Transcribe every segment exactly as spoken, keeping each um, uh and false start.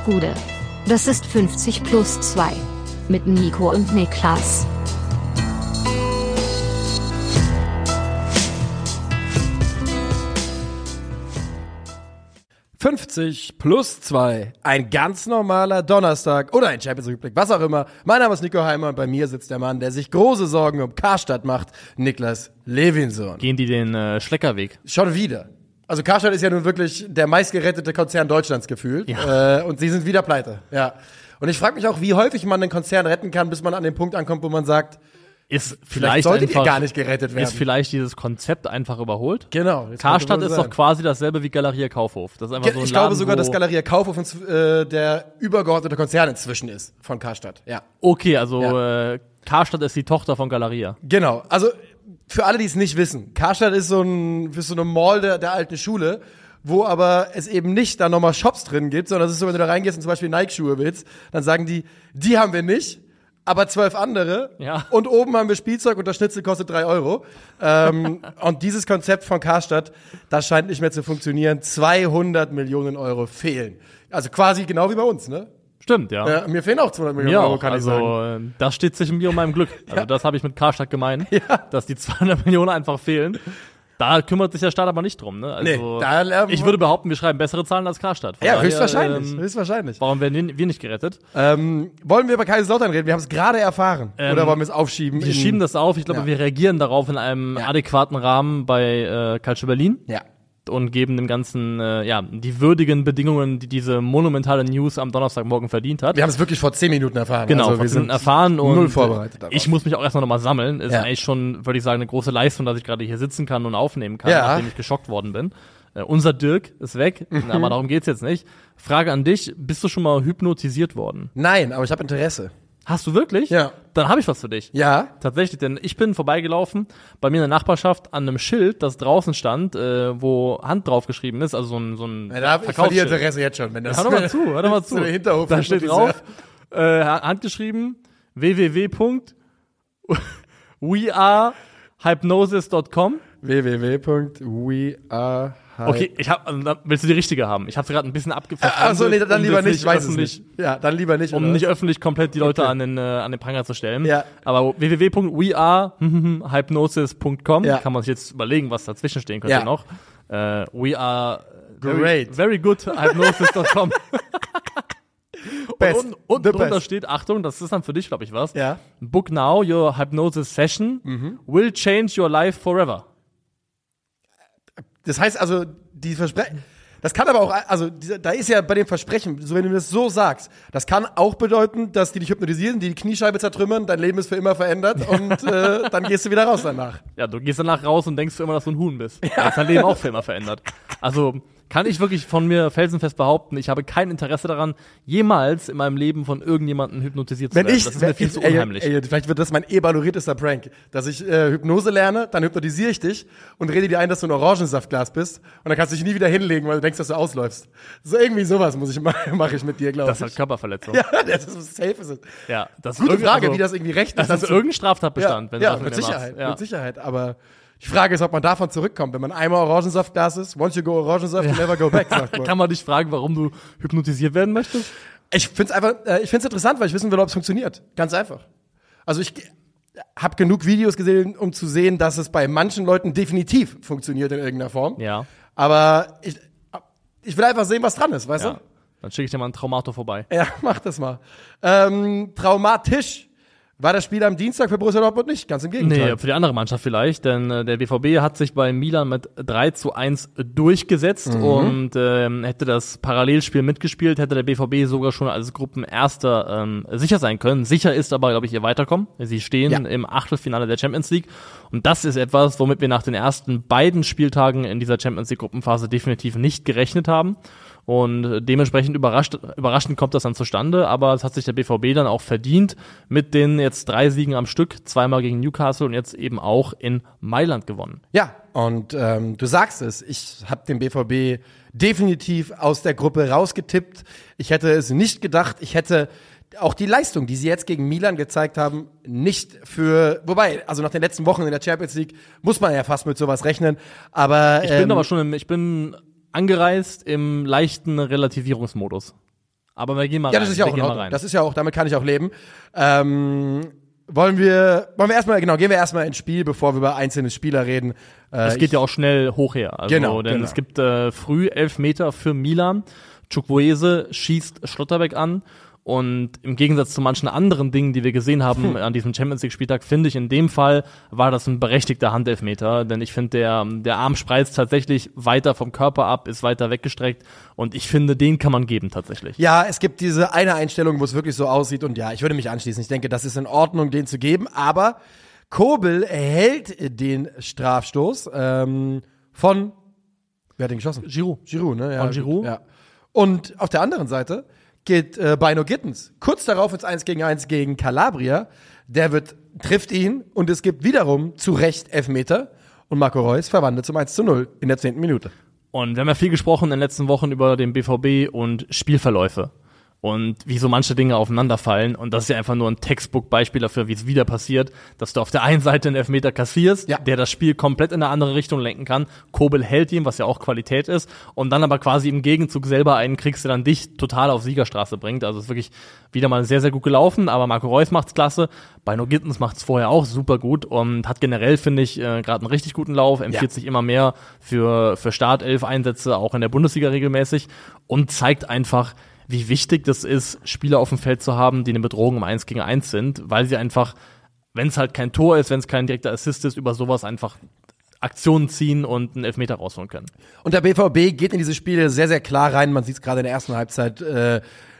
Gude. Das ist fünfzig plus zwei. Mit Nico und Niklas. fünfzig plus zwei. Ein ganz normaler Donnerstag oder ein Champions League Rückblick, was auch immer. Mein Name ist Nico Heimer und bei mir sitzt der Mann, der sich große Sorgen um Karstadt macht, Niklas Levinson. Gehen die den äh, Schleckerweg? Schon wieder. Also Karstadt ist ja nun wirklich der meistgerettete Konzern Deutschlands gefühlt. Ja. Äh, und sie sind wieder pleite. Ja. Und ich frage mich auch, wie häufig man einen Konzern retten kann, bis man an den Punkt ankommt, wo man sagt, Ist vielleicht vielleicht solltet einfach, ihr gar nicht gerettet werden. Ist vielleicht dieses Konzept einfach überholt? Genau. Karstadt ist doch quasi dasselbe wie Galeria Kaufhof. Das ist einfach Ge- so ein ich Laden, glaube sogar, wo dass Galeria Kaufhof ins, äh, der übergeordnete Konzern inzwischen ist von Karstadt. Ja. Okay, also Ja. äh, Karstadt ist die Tochter von Galeria. Genau. Also für alle, die es nicht wissen, Karstadt ist so, ein, ist so eine Mall der, der alten Schule, wo aber es eben nicht da nochmal Shops drin gibt, sondern es ist so, wenn du da reingehst und zum Beispiel Nike-Schuhe willst, dann sagen die, die haben wir nicht, aber zwölf andere. Ja. Und oben haben wir Spielzeug und das Schnitzel kostet drei Euro. ähm, und dieses Konzept von Karstadt, das scheint nicht mehr zu funktionieren. zweihundert Millionen Euro fehlen. Also quasi genau wie bei uns, ne? Stimmt, ja. Ja, mir fehlen auch zweihundert Millionen Mir Euro, auch. kann Also ich sagen. äh, das steht zwischen mir und meinem Glück. Also Ja. das habe ich mit Karstadt gemeint, Ja. dass die zweihundert Millionen einfach fehlen. Da kümmert sich der Staat aber nicht drum. Ne? Also, Nee, da lernen wir- ich würde behaupten, wir schreiben bessere Zahlen als Karstadt. Von Ja, daher, höchstwahrscheinlich. ähm, höchstwahrscheinlich. Warum werden wir nicht gerettet? Ähm, wollen wir über Kaiserslautern reden? Wir haben es gerade erfahren. Ähm, Oder wollen wir es aufschieben? Wir in- schieben das auf. Ich glaube, Ja. wir reagieren darauf in einem Ja. adäquaten Rahmen bei äh, Calcio Berlin Ja. und geben dem Ganzen äh, ja die würdigen Bedingungen, die diese monumentale News am Donnerstagmorgen verdient hat. Wir haben es wirklich vor zehn Minuten erfahren. Genau, also wir wir sind erfahren und null vorbereitet darauf. ich muss mich auch erstmal nochmal sammeln. Ist Ja. eigentlich schon, würde ich sagen, eine große Leistung, dass ich gerade hier sitzen kann und aufnehmen kann, Ja. nachdem ich geschockt worden bin. Äh, unser Dirk ist weg, Mhm. aber darum geht's jetzt nicht. Frage an dich, bist du schon mal hypnotisiert worden? Nein, aber ich habe Interesse. Hast du wirklich? Ja. Dann habe ich was für dich. Ja. Tatsächlich, denn ich bin vorbeigelaufen bei mir in der Nachbarschaft an einem Schild, das draußen stand, äh, wo Hand draufgeschrieben ist, also so ein, so ein Ja, da hab ich verliere Verkaufsschild. Interesse jetzt schon, wenn das. Hör doch mal zu, hör doch mal zu. So der Hinterhof Da steht drauf, äh, handgeschrieben, w w w punkt we are hypnosis punkt com. w w w punkt we are Okay, ich hab, also, dann willst du die richtige haben? Ich habe gerade ein bisschen abgefasst. Achso, nee, dann um lieber jetzt nicht, ich weiß es öffentlich- nicht. Ja, dann lieber nicht. Um oder nicht was? öffentlich komplett die Leute Okay. an den, äh, an den Pranger zu stellen. Ja. Aber w w w punkt we are hypnosis punkt com Ja. kann man sich jetzt überlegen, was dazwischen stehen könnte Ja. noch. Äh, we are very, Great. very good hypnosis punkt com. Best. Und, und The drunter best. steht, Achtung, das ist dann für dich, glaube ich, was. Ja. Book now, your hypnosis session Mhm. will change your life forever. Das heißt also, die Versprechen. Das kann aber auch, also dieser, da ist ja bei dem Versprechen, so wenn du das so sagst, das kann auch bedeuten, dass die dich hypnotisieren, die, die Kniescheibe zertrümmern, dein Leben ist für immer verändert und äh, dann gehst du wieder raus danach. Ja, du gehst danach raus und denkst für immer, dass du ein Huhn bist. Ja. Das dein Leben auch für immer verändert. Also kann ich wirklich von mir felsenfest behaupten, ich habe kein Interesse daran, jemals in meinem Leben von irgendjemandem hypnotisiert zu Wenn werden. ich, das ist wenn mir viel ich zu ey, unheimlich. ey, vielleicht wird das mein evaluiertester Prank, dass ich äh, Hypnose lerne, dann hypnotisiere ich dich und rede dir ein, dass du ein Orangensaftglas bist und dann kannst du dich nie wieder hinlegen, weil du denkst, dass du ausläufst. So irgendwie sowas muss ich mache ich mit dir, glaube Das ich. ist halt Körperverletzung. Ja, das ist safe ist es. Ja, das ist Gute irgend- Frage, also, wie das irgendwie rechtlich Das ist irgendein Straftatbestand, ja, wenn du ja, das mit mit dem Sicherheit, machst. Ja. mit Sicherheit, aber die Frage ist, ob man davon zurückkommt, wenn man einmal Orangensaftglas ist, once you go Orangensaft, you never go back, sagt man. Kann man dich fragen, warum du hypnotisiert werden möchtest? Ich find's einfach, äh, ich find's interessant, weil ich wissen will, ob es funktioniert. Ganz einfach. Also ich habe genug Videos gesehen, um zu sehen, dass es bei manchen Leuten definitiv funktioniert in irgendeiner Form. Ja. Aber ich, ich will einfach sehen, was dran ist, weißt ja. Dann schicke ich dir mal einen Traumator vorbei. du? Ja, mach das mal. Ähm, traumatisch war das Spiel am Dienstag für Borussia Dortmund nicht, ganz im Gegenteil. Nee, für die andere Mannschaft vielleicht, denn äh, der B V B hat sich bei Milan mit drei zu eins durchgesetzt Mhm. und ähm, hätte das Parallelspiel mitgespielt, hätte der B V B sogar schon als Gruppenerster ähm, sicher sein können. Sicher ist aber, glaube ich, ihr Weiterkommen. Sie stehen Ja. im Achtelfinale der Champions League und das ist etwas, womit wir nach den ersten beiden Spieltagen in dieser Champions League Gruppenphase definitiv nicht gerechnet haben. Und dementsprechend überrascht, überraschend kommt das dann zustande, aber es hat sich der B V B dann auch verdient mit den jetzt drei Siegen am Stück, zweimal gegen Newcastle und jetzt eben auch in Mailand gewonnen. Ja, und ähm, du sagst es, ich habe den B V B definitiv aus der Gruppe rausgetippt. Ich hätte es nicht gedacht, ich hätte auch die Leistung, die sie jetzt gegen Milan gezeigt haben, nicht für, wobei, also nach den letzten Wochen in der Champions League muss man ja fast mit sowas rechnen, aber Ich bin ähm, aber schon, im, ich bin angereist im leichten Relativierungsmodus. Aber wir gehen mal Ja, rein. das ist ja wir auch in gehen mal Ordnung. rein. Das ist ja auch, damit kann ich auch leben. Ähm, wollen wir, wollen wir erstmal, genau, gehen wir erstmal ins Spiel, bevor wir über einzelne Spieler reden. Äh, Es geht ja auch schnell hoch her. Also, Genau, denn genau. es gibt äh, früh elf Meter für Milan. Chukwueze schießt Schlotterbeck an. Und im Gegensatz zu manchen anderen Dingen, die wir gesehen haben hm. an diesem Champions League-Spieltag, finde ich, in dem Fall war das ein berechtigter Handelfmeter. Denn ich finde, der, der Arm spreizt tatsächlich weiter vom Körper ab, ist weiter weggestreckt. Und ich finde, den kann man geben tatsächlich. Ja, es gibt diese eine Einstellung, wo es wirklich so aussieht. Und ja, ich würde mich anschließen. Ich denke, das ist in Ordnung, den zu geben. Aber Kobel erhält den Strafstoß ähm, von, wer hat den geschossen? Giroud. Giroud, ne? Ja, Von Giroud. Ja. Und auf der anderen Seite geht äh, Bino Gittens kurz darauf ins eins gegen eins gegen Calabria. Der wird, trifft ihn und es gibt wiederum zu Recht Elfmeter und Marco Reus verwandelt zum eins zu null in der zehnten Minute. Und wir haben ja viel gesprochen in den letzten Wochen über den B V B und Spielverläufe. Und wie so manche Dinge aufeinanderfallen. Und das ist ja einfach nur ein Textbook-Beispiel dafür, wie es wieder passiert, dass du auf der einen Seite einen Elfmeter kassierst, ja. der das Spiel komplett in eine andere Richtung lenken kann. Kobel hält ihn, was ja auch Qualität ist. Und dann aber quasi im Gegenzug selber einen kriegst, der dann dich total auf Siegerstraße bringt. Also es ist wirklich wieder mal sehr, sehr gut gelaufen. Aber Marco Reus macht's klasse. Bino Gittens macht's vorher auch super gut. Und hat generell, finde ich, äh, gerade einen richtig guten Lauf. Empfiehlt ja. sich immer mehr für, für Startelf-Einsätze, auch in der Bundesliga regelmäßig. Und zeigt einfach, wie wichtig das ist, Spieler auf dem Feld zu haben, die eine Bedrohung im eins gegen eins sind, weil sie einfach, wenn es halt kein Tor ist, wenn es kein direkter Assist ist, über sowas einfach Aktionen ziehen und einen Elfmeter rausholen können. Und der B V B geht in diese Spiele sehr, sehr klar rein. Man sieht es gerade in der ersten Halbzeit äh,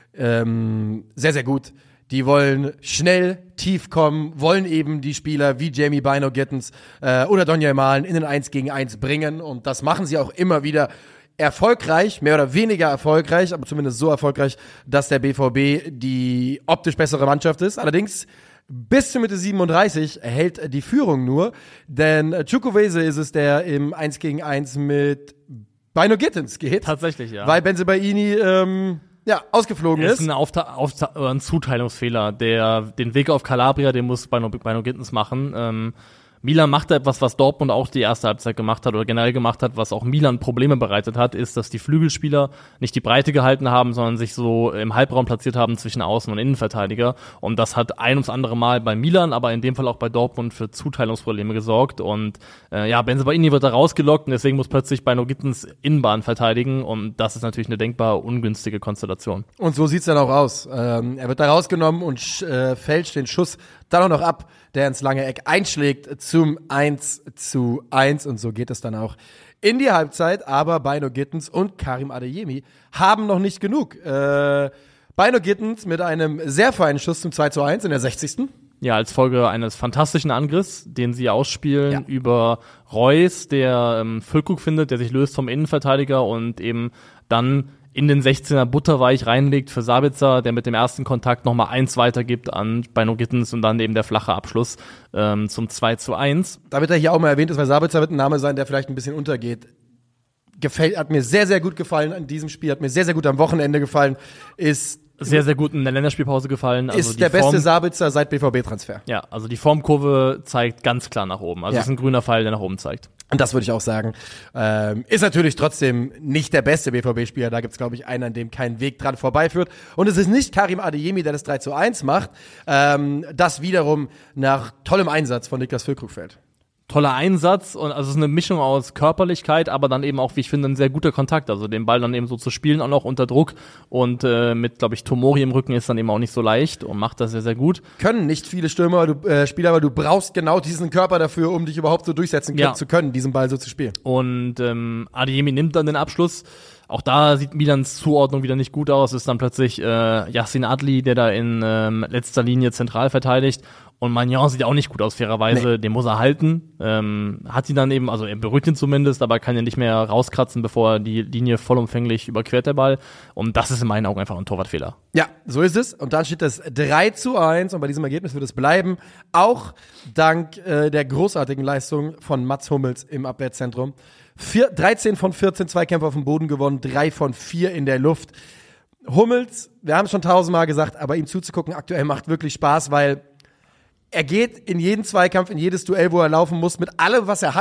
ähm, sehr, sehr gut. Die wollen schnell tief kommen, wollen eben die Spieler wie Jamie Bino Gittens äh, oder Donyell Malen in den eins gegen eins bringen. Und das machen sie auch immer wieder erfolgreich, mehr oder weniger erfolgreich, aber zumindest so erfolgreich, dass der B V B die optisch bessere Mannschaft ist. Allerdings bis zur Mitte siebenunddreißig erhält die Führung nur, denn Chukwueze ist es, der im eins gegen eins mit Bino Gittens geht. Tatsächlich, ja. Weil Bensebaini ähm, ja, ausgeflogen ist. ist. Das ist ein, Aufta- Aufta- ein Zuteilungsfehler. Der, den Weg auf Calabria, den muss Bino, Bino Gittens machen. Ähm, Milan macht da etwas, was Dortmund auch die erste Halbzeit gemacht hat oder generell gemacht hat, was auch Milan Probleme bereitet hat, ist, dass die Flügelspieler nicht die Breite gehalten haben, sondern sich so im Halbraum platziert haben zwischen Außen- und Innenverteidiger. Und das hat ein ums andere Mal bei Milan, aber in dem Fall auch bei Dortmund für Zuteilungsprobleme gesorgt. Und äh, ja, Bensebaini wird da rausgelockt und deswegen muss plötzlich Bino Gittens Innenbahn verteidigen. Und das ist natürlich eine denkbar ungünstige Konstellation. Und so sieht's dann auch aus. Ähm, er wird da rausgenommen und sch- äh, fälscht den Schuss dann auch noch ab, der ins lange Eck einschlägt zum eins zu eins. Und so geht es dann auch in die Halbzeit. Aber Bino Gittens und Karim Adeyemi haben noch nicht genug. Äh, Bino Gittens mit einem sehr feinen Schuss zum zwei zu eins in der sechzigsten Ja, als Folge eines fantastischen Angriffs, den sie ausspielen ja. über Reus, der ähm, Füllkrug findet, der sich löst vom Innenverteidiger und eben dann in den sechzehner butterweich reinlegt für Sabitzer, der mit dem ersten Kontakt nochmal eins weitergibt an Bino Gittens und dann eben der flache Abschluss ähm, zum zwei zu eins. Damit er hier auch mal erwähnt ist, weil Sabitzer wird ein Name sein, der vielleicht ein bisschen untergeht. Gefällt, hat mir sehr, sehr gut gefallen an diesem Spiel, hat mir sehr, sehr gut am Wochenende gefallen, ist sehr, sehr gut in der Länderspielpause gefallen. Also ist der Form, beste Sabitzer seit B V B-Transfer. Ja, also die Formkurve zeigt ganz klar nach oben. Also ja. es ist ein grüner Pfeil, der nach oben zeigt. Und das würde ich auch sagen. Ähm, ist natürlich trotzdem nicht der beste B V B-Spieler. Da gibt's, glaube ich, einen, an dem kein Weg dran vorbeiführt. Und es ist nicht Karim Adeyemi, der das drei zu eins macht. Ähm, das wiederum nach tollem Einsatz von Niklas Füllkrug fällt. Toller Einsatz und also es ist eine Mischung aus Körperlichkeit, aber dann eben auch, wie ich finde, ein sehr guter Kontakt. Also den Ball dann eben so zu spielen, auch noch unter Druck und äh, mit, glaube ich, Tomori im Rücken ist dann eben auch nicht so leicht und macht das sehr, sehr gut. Können nicht viele Stürmer, weil du, äh, Spieler, aber du brauchst genau diesen Körper dafür, um dich überhaupt so durchsetzen ja. zu können, diesen Ball so zu spielen. Und ähm, Adeyemi nimmt dann den Abschluss. Auch da sieht Milans Zuordnung wieder nicht gut aus. Es ist dann plötzlich äh, Yassin Adli, der da in ähm, letzter Linie zentral verteidigt. Und Magnan sieht auch nicht gut aus, fairerweise. Nee. Den muss er halten. Ähm, hat ihn dann eben, also er berührt ihn zumindest, aber kann ihn nicht mehr rauskratzen, bevor er die Linie vollumfänglich überquert, der Ball. Und das ist in meinen Augen einfach ein Torwartfehler. Ja, so ist es. Und dann steht es drei zu eins. Und bei diesem Ergebnis wird es bleiben. Auch dank äh, der großartigen Leistung von Mats Hummels im Abwehrzentrum. Vier, dreizehn von vierzehn Zweikämpfe auf dem Boden gewonnen, drei von vier in der Luft. Hummels, wir haben es schon tausendmal gesagt, aber ihm zuzugucken aktuell macht wirklich Spaß, weil er geht in jeden Zweikampf, in jedes Duell, wo er laufen muss, mit allem, was er hat.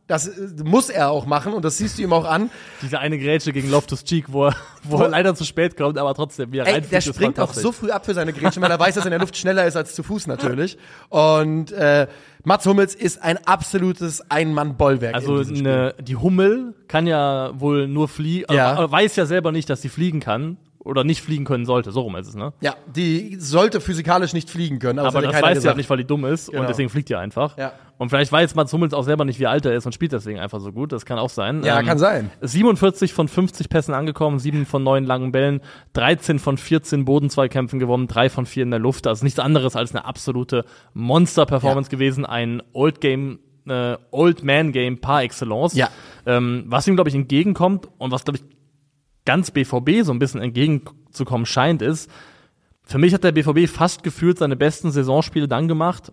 Das äh, muss er auch machen und das siehst du ihm auch an. Diese eine Grätsche gegen Loftus-Cheek, wo er, wo er leider zu spät kommt, aber trotzdem wieder Ey, reinfliegt. der springt auch so früh ab für seine Grätsche, weil er weiß, dass er in der Luft schneller ist als zu Fuß natürlich. Und äh, Mats Hummels ist ein absolutes Ein-Mann-Bollwerk. Also eine, die Hummel kann ja wohl nur fliegen, Ja. äh, weiß ja selber nicht, dass sie fliegen kann. Oder nicht fliegen können sollte, so rum ist es, ne? Ja, die sollte physikalisch nicht fliegen können. Aber, Aber das keiner weiß sie gesagt. halt nicht, weil die dumm ist Genau. und deswegen fliegt die einfach. Ja. Und vielleicht weiß Mats Hummels auch selber nicht, wie alt er ist und spielt deswegen einfach so gut. Das kann auch sein. Ja, kann sein. siebenundvierzig von fünfzig Pässen angekommen, sieben von neun langen Bällen, dreizehn von vierzehn Bodenzweikämpfen gewonnen, drei von vier in der Luft. Also nichts anderes als eine absolute Monster-Performance Ja. gewesen. Ein Old Game, äh, Old Man Game par excellence. Ja. Ähm, was ihm, glaube ich, entgegenkommt und was, glaube ich, ganz B V B so ein bisschen entgegenzukommen scheint, ist, für mich hat der B V B fast gefühlt seine besten Saisonspiele dann gemacht,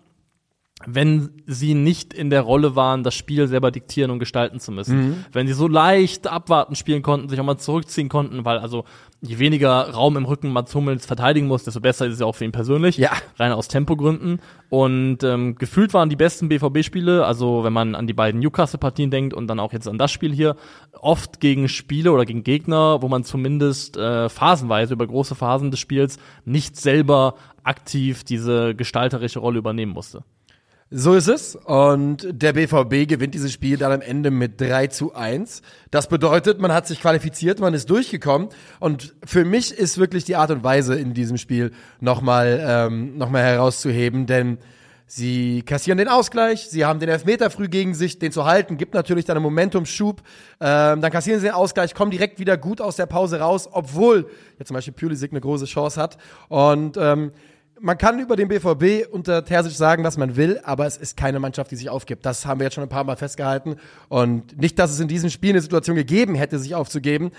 wenn sie nicht in der Rolle waren, das Spiel selber diktieren und gestalten zu müssen. Mhm. Wenn sie so leicht abwarten spielen konnten, sich auch mal zurückziehen konnten, weil also je weniger Raum im Rücken Mats Hummels verteidigen muss, desto besser ist es ja auch für ihn persönlich, Ja. rein aus Tempogründen. Und ähm, gefühlt waren die besten B V B-Spiele, also wenn man an die beiden Newcastle-Partien denkt und dann auch jetzt an das Spiel hier, oft gegen Spiele oder gegen Gegner, wo man zumindest äh, phasenweise über große Phasen des Spiels nicht selber aktiv diese gestalterische Rolle übernehmen musste. So ist es. Und der B V B gewinnt dieses Spiel dann am Ende mit drei zu eins. Das bedeutet, man hat sich qualifiziert, man ist durchgekommen. Und für mich ist wirklich die Art und Weise in diesem Spiel nochmal ähm, noch mal herauszuheben, denn sie kassieren den Ausgleich, sie haben den Elfmeter früh gegen sich, den zu halten, gibt natürlich dann einen Momentumschub. Ähm, dann kassieren sie den Ausgleich, kommen direkt wieder gut aus der Pause raus, obwohl jetzt zum Beispiel Pulisic eine große Chance hat. Und ähm, man kann über den B V B unter Terzic sagen, was man will, aber es ist keine Mannschaft, die sich aufgibt. Das haben wir jetzt schon ein paar Mal festgehalten. Und nicht, dass es in diesem Spiel eine Situation gegeben hätte, sich aufzugeben,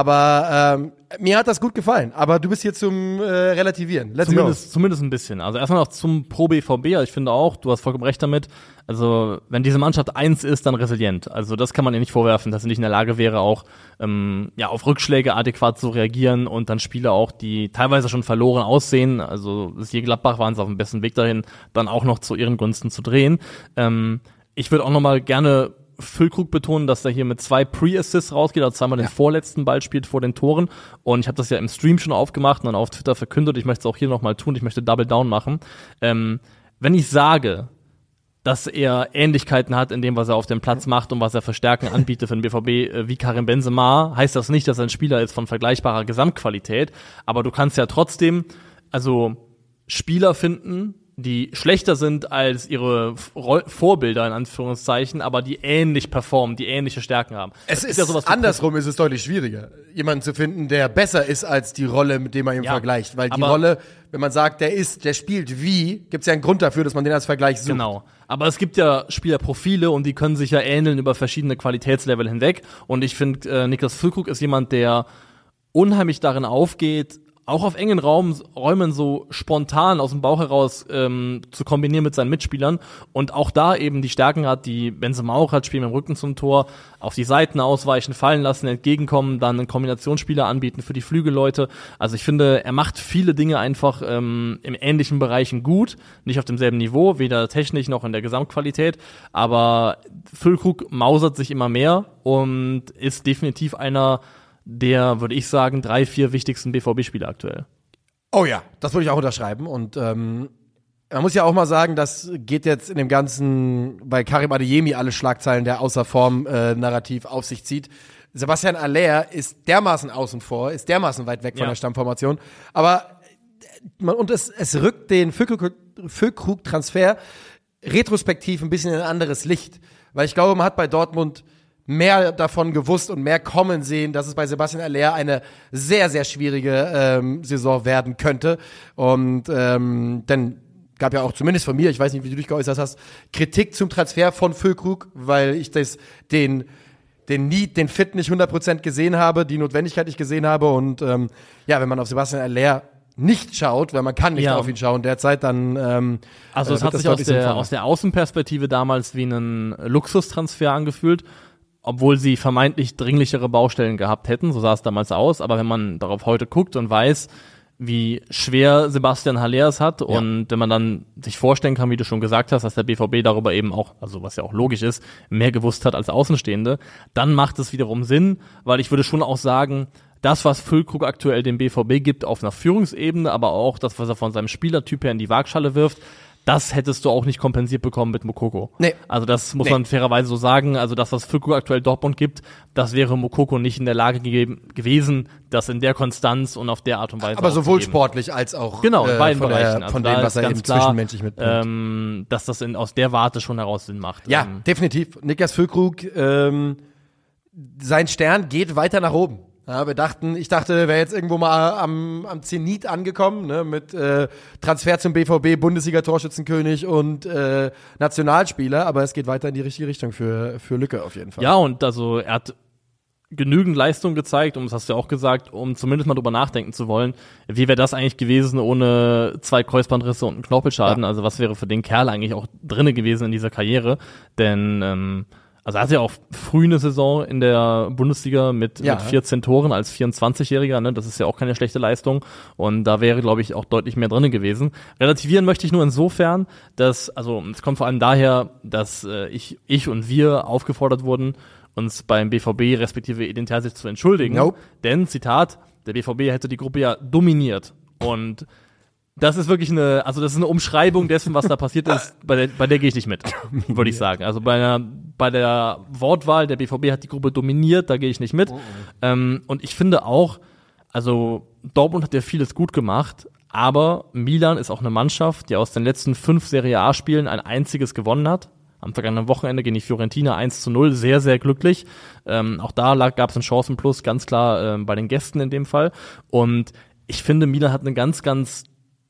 aber ähm, mir hat das gut gefallen. Aber du bist hier zum äh, Relativieren. Let's Zumindest, go. zumindest ein bisschen. Also erstmal noch zum Pro B V B. Ich finde auch, du hast vollkommen recht damit. Also wenn diese Mannschaft eins ist, dann resilient. Also das kann man ihr nicht vorwerfen, dass sie nicht in der Lage wäre, auch ähm, ja auf Rückschläge adäquat zu reagieren und dann Spiele auch, die teilweise schon verloren aussehen. Also hier Gladbach waren sie auf dem besten Weg dahin, dann auch noch zu ihren Gunsten zu drehen. Ähm, ich würde auch noch mal gerne Füllkrug betonen, dass er hier mit zwei Pre-Assists rausgeht, also zweimal den vorletzten Ball spielt vor den Toren. Und ich habe das ja im Stream schon aufgemacht und dann auf Twitter verkündet. Ich möchte es auch hier noch mal tun. Ich möchte Double Down machen. Ähm, wenn ich sage, dass er Ähnlichkeiten hat in dem, was er auf dem Platz macht und was er für Stärken anbietet für den B V B, äh, wie Karim Benzema, heißt das nicht, dass er ein Spieler ist von vergleichbarer Gesamtqualität. Aber du kannst ja trotzdem, also Spieler finden, die schlechter sind als ihre Ro- Vorbilder, in Anführungszeichen, aber die ähnlich performen, die ähnliche Stärken haben. Es Das ist ja sowas wie andersrum ist es deutlich schwieriger, jemanden zu finden, der besser ist als die Rolle, mit dem man ihn Ja, vergleicht. Weil die aber- Rolle, wenn man sagt, der ist, der spielt wie, gibt es ja einen Grund dafür, dass man den als Vergleich sucht. Genau. Aber es gibt ja Spielerprofile und die können sich ja ähneln über verschiedene Qualitätslevel hinweg. Und ich finde, äh, Niklas Füllkrug ist jemand, der unheimlich darin aufgeht, auch auf engen Raum, Räumen so spontan aus dem Bauch heraus ähm, zu kombinieren mit seinen Mitspielern und auch da eben die Stärken hat, die Benzema auch hat, spielen mit dem Rücken zum Tor, auf die Seiten ausweichen, fallen lassen, entgegenkommen, dann einen Kombinationsspieler anbieten für die Flügelleute. Also ich finde, er macht viele Dinge einfach ähm, im ähnlichen Bereichen gut, nicht auf demselben Niveau, weder technisch noch in der Gesamtqualität, aber Füllkrug mausert sich immer mehr und ist definitiv einer der, würde ich sagen, drei, vier wichtigsten B V B-Spieler aktuell. Oh ja, das würde ich auch unterschreiben. Und ähm, man muss ja auch mal sagen, das geht jetzt in dem ganzen, bei Karim Adeyemi alle Schlagzeilen, der außer Form äh, Narrativ auf sich zieht. Sebastian Aller ist dermaßen außen vor, ist dermaßen weit weg von Ja. der Stammformation. Aber man, und es, es rückt den Füllkrug- Füllkrug-Transfer retrospektiv ein bisschen in ein anderes Licht. Weil ich glaube, man hat bei Dortmund mehr davon gewusst und mehr kommen sehen, dass es bei Sebastian Aller eine sehr, sehr schwierige ähm, Saison werden könnte. Und ähm, dann gab ja auch zumindest von mir, ich weiß nicht, wie du dich geäußert hast, Kritik zum Transfer von Füllkrug, weil ich das den den Need, den Fit nicht hundert Prozent gesehen habe, die Notwendigkeit nicht gesehen habe. Und ähm, ja, wenn man auf Sebastian Aller nicht schaut, weil man kann nicht Ja. auf ihn schauen derzeit, dann ähm, Also es äh, hat wird sich aus deutlich der, sinnvoller. aus der Außenperspektive damals wie ein Luxustransfer angefühlt, obwohl sie vermeintlich dringlichere Baustellen gehabt hätten, so sah es damals aus, aber wenn man darauf heute guckt und weiß, wie schwer Sebastian Haller es hat. Ja. Und wenn man dann sich vorstellen kann, wie du schon gesagt hast, dass der B V B darüber eben auch, also was ja auch logisch ist, mehr gewusst hat als Außenstehende, dann macht es wiederum Sinn, weil ich würde schon auch sagen, das, was Füllkrug aktuell dem B V B gibt auf einer Führungsebene, aber auch das, was er von seinem Spielertyp her in die Waagschale wirft, das hättest du auch nicht kompensiert bekommen mit Moukoko. Nee. Also das muss nee. man fairerweise so sagen. Also das, was Füllkrug aktuell Dortmund gibt, das wäre Moukoko nicht in der Lage gegeben, gewesen, das in der Konstanz und auf der Art und Weise aber sowohl sportlich als auch genau, in beiden äh, von, Bereichen. der, also von dem, was er eben klar, zwischenmenschlich mitbringt. Ähm, dass das in, aus der Warte schon heraus Sinn macht. Ja, ähm, definitiv. Niklas Füllkrug, ähm, sein Stern geht weiter nach oben. Ja, wir dachten, ich dachte, er wäre jetzt irgendwo mal am, am Zenit angekommen, ne, mit äh, Transfer zum B V B, Bundesliga-Torschützenkönig und äh, Nationalspieler, aber es geht weiter in die richtige Richtung für, für Lücke auf jeden Fall. Ja, und also er hat genügend Leistung gezeigt, und das hast du ja auch gesagt, um zumindest mal drüber nachdenken zu wollen, wie wäre das eigentlich gewesen ohne zwei Kreuzbandrisse und einen Knorpelschaden, ja. Also was wäre für den Kerl eigentlich auch drinne gewesen in dieser Karriere, denn ähm, also er hatte ja auch früh eine Saison in der Bundesliga mit, ja. mit vierzehn Toren als vierundzwanzigjähriger, ne? Das ist ja auch keine schlechte Leistung und da wäre, glaube ich, auch deutlich mehr drin gewesen. Relativieren möchte ich nur insofern, dass, also es kommt vor allem daher, dass äh, ich, ich und wir aufgefordert wurden, uns beim B V B respektive Edin Terzic zu entschuldigen, nope. Denn, Zitat, der B V B hätte die Gruppe ja dominiert und das ist wirklich eine, also das ist eine Umschreibung dessen, was da passiert ist, bei der, bei der gehe ich nicht mit, würde ich sagen. Also bei einer, bei der Wortwahl, der B V B hat die Gruppe dominiert, da gehe ich nicht mit. Oh, oh. Ähm, und ich finde auch, also Dortmund hat ja vieles gut gemacht, aber Milan ist auch eine Mannschaft, die aus den letzten fünf Serie A-Spielen ein einziges gewonnen hat. Am vergangenen Wochenende gegen die Fiorentina eins zu null, sehr, sehr glücklich. Ähm, auch da gab es einen Chancenplus, ganz klar äh, bei den Gästen in dem Fall. Und ich finde, Milan hat eine ganz, ganz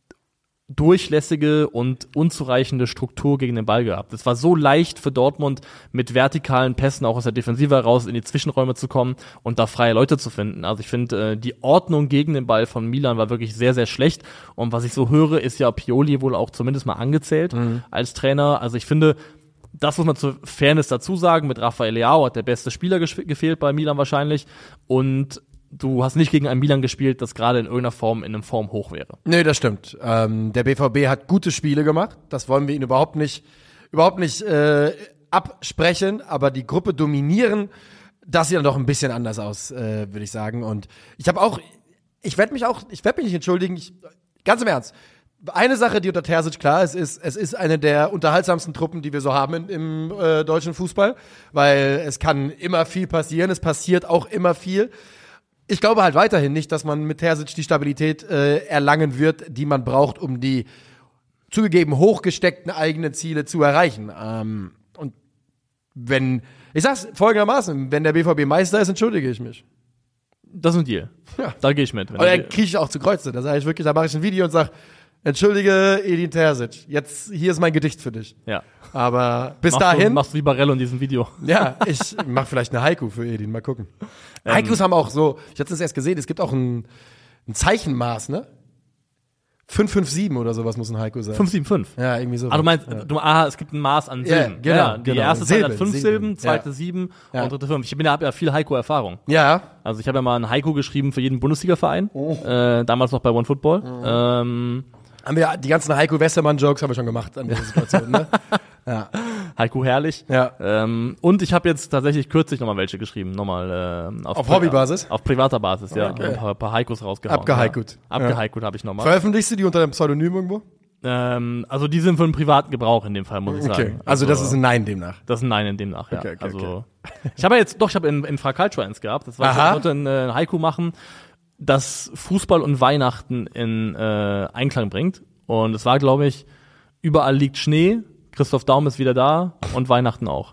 durchlässige und unzureichende Struktur gegen den Ball gehabt. Es war so leicht für Dortmund, mit vertikalen Pässen auch aus der Defensive heraus in die Zwischenräume zu kommen und da freie Leute zu finden. Also ich finde, äh, die Ordnung gegen den Ball von Milan war wirklich sehr, sehr schlecht. Und was ich so höre, ist ja Pioli wohl auch zumindest mal angezählt mhm. als Trainer. Also ich finde, das muss man zur Fairness dazu sagen. Mit Rafael Leao hat der beste Spieler gesch- gefehlt bei Milan wahrscheinlich. Und du hast nicht gegen ein Milan gespielt, das gerade in irgendeiner Form in einem Formhoch wäre. Nee, das stimmt. Ähm, der B V B hat gute Spiele gemacht. Das wollen wir ihnen überhaupt nicht, überhaupt nicht äh, absprechen. Aber die Gruppe dominieren, das sieht dann doch ein bisschen anders aus, äh, würde ich sagen. Und ich habe auch, ich werde mich auch, ich werde mich nicht entschuldigen. Ich, ganz im Ernst. Eine Sache, die unter Terzic klar ist, ist, es ist eine der unterhaltsamsten Truppen, die wir so haben in, im äh, deutschen Fußball. Weil es kann immer viel passieren. Es passiert auch immer viel. Ich glaube halt weiterhin nicht, dass man mit Terzic die Stabilität äh, erlangen wird, die man braucht, um die zugegeben hochgesteckten eigenen Ziele zu erreichen. Ähm, und wenn, ich sag's folgendermaßen, wenn der B V B Meister ist, entschuldige ich mich. Das ist ein Deal. Ja. Da gehe ich mit. Und dann kriege ich auch zu Kreuze. Da sage ich wirklich, da mache ich ein Video und sage, entschuldige Edin Terzic, jetzt, hier ist mein Gedicht für dich. Ja. Aber bis machst dahin. Du, machst du wie Barello in diesem Video. Ja, ich mach vielleicht eine Haiku für Edin, mal gucken. Ähm, Haikus haben auch so, ich hatte es erst gesehen, es gibt auch ein, ein Zeichenmaß, ne? fünf fünf sieben oder sowas muss ein Haiku sein. fünf sieben fünf Ja, irgendwie so. Ah, du meinst, ja. du, ah, es gibt ein Maß an Silben. Ja, genau, ja, die genau. erste Silbe, Zeile hat fünf Silben, Silben zweite ja. sieben ja. und dritte fünf. Ich bin ja, hab ja viel Haiku-Erfahrung. Ja. Also ich habe ja mal ein Haiku geschrieben für jeden Bundesliga-Verein, oh. äh, damals noch bei OneFootball. Oh. Ähm, haben wir die ganzen Heiko Westermann-Jokes haben wir schon gemacht an dieser Situation, ne? Ja. Heiko herrlich. Ja. Ähm, und ich habe jetzt tatsächlich kürzlich nochmal welche geschrieben, nochmal äh, auf, auf Hobbybasis? Auf privater Basis, ja. Okay. Ein paar, paar Haikos rausgehauen. Abgehaikut. Ja. Abgehaikut ja. habe ich nochmal. Veröffentlichst du die unter einem Pseudonym irgendwo? Ähm, also die sind für einen privaten Gebrauch in dem Fall, muss ich sagen. Okay. Also, also das ist ein Nein demnach. Das ist ein Nein in demnach, ja. Okay, okay, also okay. ich habe ja jetzt, doch, ich habe in, in Fraculture eins gehabt. Das war, ich wollte ein äh, Haiku machen, das Fußball und Weihnachten in äh, Einklang bringt. Und es war, glaube ich, überall liegt Schnee, Christoph Daum ist wieder da und Weihnachten auch.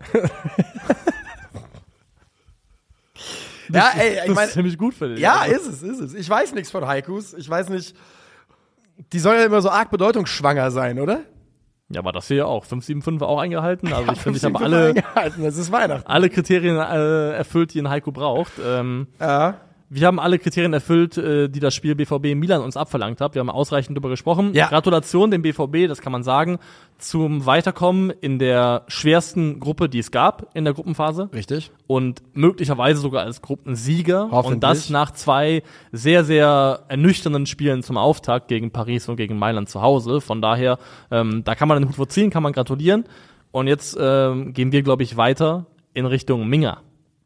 Ja, ey, ich meine, das ist ziemlich gut für dich. Ja, also. ist es, ist es. Ich weiß nichts von Haikus. Ich weiß nicht, die sollen ja immer so arg bedeutungsschwanger sein, oder? Ja, aber das hier ja auch. fünf sieben fünf auch eingehalten. Also ja, ich finde, ich habe alle, das ist Weihnachten. alle Kriterien äh, erfüllt, die ein Haiku braucht. Ähm, ja. wir haben alle Kriterien erfüllt, äh, die das Spiel B V B Milan uns abverlangt hat. Wir haben ausreichend darüber gesprochen. Ja. Gratulation dem B V B, das kann man sagen, zum Weiterkommen in der schwersten Gruppe, die es gab in der Gruppenphase. Richtig. Und möglicherweise sogar als Gruppensieger. Hoffentlich. Und das nach zwei sehr, sehr ernüchternden Spielen zum Auftakt gegen Paris und gegen Mailand zu Hause. Von daher, ähm, da kann man den Hut vorziehen, kann man gratulieren. Und jetzt ähm, gehen wir, glaube ich, weiter in Richtung Minga.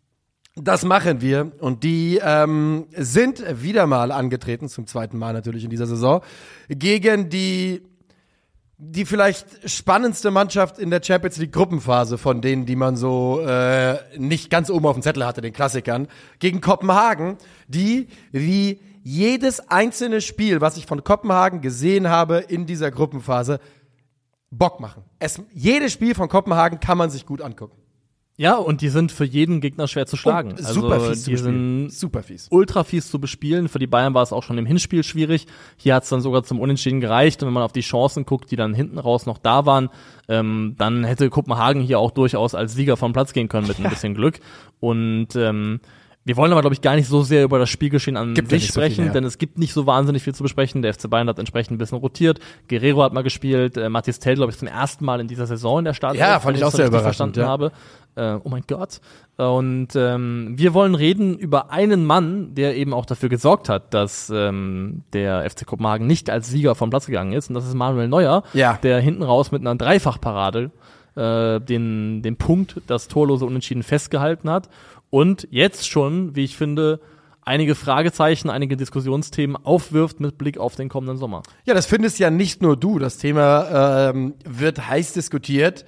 Das machen wir und die ähm, sind wieder mal angetreten, zum zweiten Mal natürlich in dieser Saison, gegen die die vielleicht spannendste Mannschaft in der Champions League Gruppenphase von denen, die man so äh, nicht ganz oben auf dem Zettel hatte, den Klassikern, gegen Kopenhagen, die wie jedes einzelne Spiel, was ich von Kopenhagen gesehen habe in dieser Gruppenphase, Bock machen. Es, jedes Spiel von Kopenhagen kann man sich gut angucken. Ja, und die sind für jeden Gegner schwer zu schlagen. Und also super fies die zu bespielen. sind Super fies. ultra fies zu bespielen. Für die Bayern war es auch schon im Hinspiel schwierig. Hier hat es dann sogar zum Unentschieden gereicht. Und wenn man auf die Chancen guckt, die dann hinten raus noch da waren, ähm, dann hätte Kopenhagen hier auch durchaus als Sieger vom Platz gehen können mit ein bisschen Glück. Und ähm, wir wollen aber, glaube ich, gar nicht so sehr über das Spielgeschehen an Gibt ja sich nicht so viel, sprechen, ja. denn es gibt nicht so wahnsinnig viel zu besprechen. Der F C Bayern hat entsprechend ein bisschen rotiert. Guerrero hat mal gespielt. Äh, Mathis Tel, glaube ich, zum ersten Mal in dieser Saison in der Startelf. Ja, fand ich wenn auch das sehr richtig überraschend, verstanden ja. habe. Äh, oh mein Gott. Und ähm, wir wollen reden über einen Mann, der eben auch dafür gesorgt hat, dass ähm, der F C Kopenhagen nicht als Sieger vom Platz gegangen ist. Und das ist Manuel Neuer, Ja. der hinten raus mit einer Dreifachparade äh, den, den Punkt, das torlose Unentschieden festgehalten hat. Und jetzt schon, wie ich finde, einige Fragezeichen, einige Diskussionsthemen aufwirft mit Blick auf den kommenden Sommer. Ja, das findest ja nicht nur du. Das Thema ähm, wird heiß diskutiert.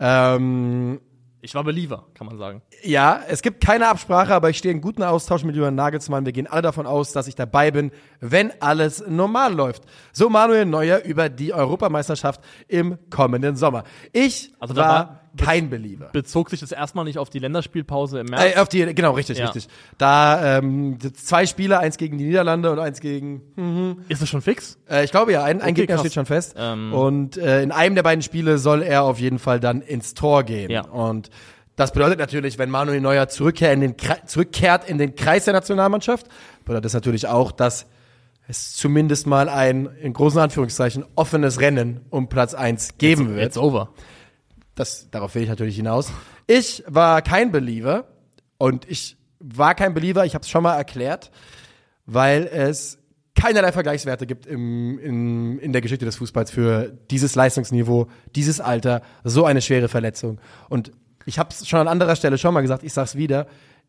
Ähm, Ich war Believer, kann man sagen. ja, es gibt keine Absprache, aber ich stehe in guten Austausch mit Julian Nagelsmann. Wir gehen alle davon aus, dass ich dabei bin, wenn alles normal läuft. So Manuel Neuer über die Europameisterschaft im kommenden Sommer. Ich Also da war, war- kein Believer. Bezog sich das erstmal nicht auf die Länderspielpause im März? Äh, auf die, genau, richtig, Ja. richtig. Da ähm, zwei Spiele, eins gegen die Niederlande und eins gegen, hm, Ist es schon fix? äh, ich glaube ja, ein, ein Okay, Gegner krass. steht schon fest. Ähm. Und äh, in einem der beiden Spiele soll er auf jeden Fall dann ins Tor gehen. Ja. Und das bedeutet natürlich, wenn Manuel Neuer zurückkehrt in den, Kre- zurückkehrt in den Kreis der Nationalmannschaft, bedeutet das natürlich auch, dass es zumindest mal ein, in großen Anführungszeichen, offenes Rennen um Platz eins geben wird. It's over. Das, darauf will ich natürlich hinaus. Ich war kein Believer und ich war kein Believer, ich habe es schon mal erklärt, weil es keinerlei Vergleichswerte gibt im, in, in der Geschichte des Fußballs für dieses Leistungsniveau, dieses Alter, so eine schwere Verletzung. Und ich habe es schon an anderer Stelle schon mal gesagt, ich sag's wieder,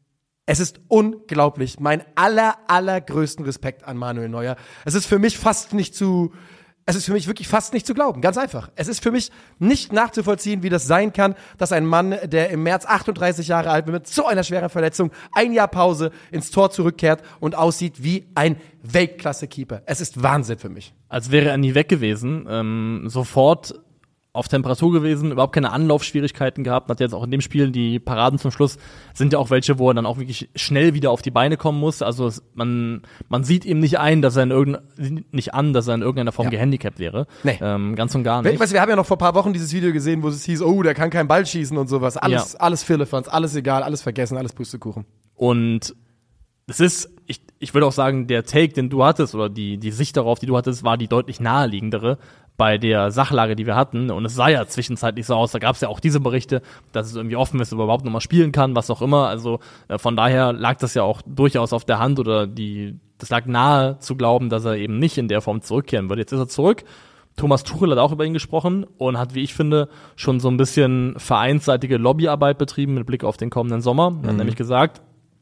es ist unglaublich, mein aller, allergrößten Respekt an Manuel Neuer. Es ist für mich fast nicht zu, es ist für mich wirklich fast nicht zu glauben, ganz einfach. Es ist für mich nicht nachzuvollziehen, wie das sein kann, dass ein Mann, der im März achtunddreißig Jahre alt wird, mit so einer schweren Verletzung, ein Jahr Pause, ins Tor zurückkehrt und aussieht wie ein Weltklasse-Keeper. Es ist Wahnsinn für mich. Als wäre er nie weg gewesen. Ähm, sofort auf Temperatur gewesen, überhaupt keine Anlaufschwierigkeiten gehabt, hat jetzt auch in dem Spiel die Paraden zum Schluss, sind ja auch welche, wo er dann auch wirklich schnell wieder auf die Beine kommen muss, also es, man man sieht ihm nicht ein, dass er in irgendein, nicht an, dass er in irgendeiner Form Ja. gehandicapt wäre, Nee. ähm, ganz und gar nicht. Weißt du, wir haben ja noch vor ein paar Wochen dieses Video gesehen, wo es hieß, oh, der kann keinen Ball schießen und sowas. Alles, Ja. alles Firlefanz, alles egal, alles vergessen, alles Pustekuchen. Und es ist, ich, ich würde auch sagen, der Take, den du hattest, oder die, die Sicht darauf, die du hattest, war die deutlich naheliegendere bei der Sachlage, die wir hatten. Und es sah ja zwischenzeitlich so aus, da gab es ja auch diese Berichte, dass es irgendwie offen ist, ob er überhaupt noch mal spielen kann, was auch immer. Also äh, von daher lag das ja auch durchaus auf der Hand, oder die, das lag nahe zu glauben, dass er eben nicht in der Form zurückkehren wird. Jetzt ist er zurück. Thomas Tuchel hat auch über ihn gesprochen und hat, wie ich finde, schon so ein bisschen vereinsseitige Lobbyarbeit betrieben mit Blick auf den kommenden Sommer. Er hat nämlich gesagt,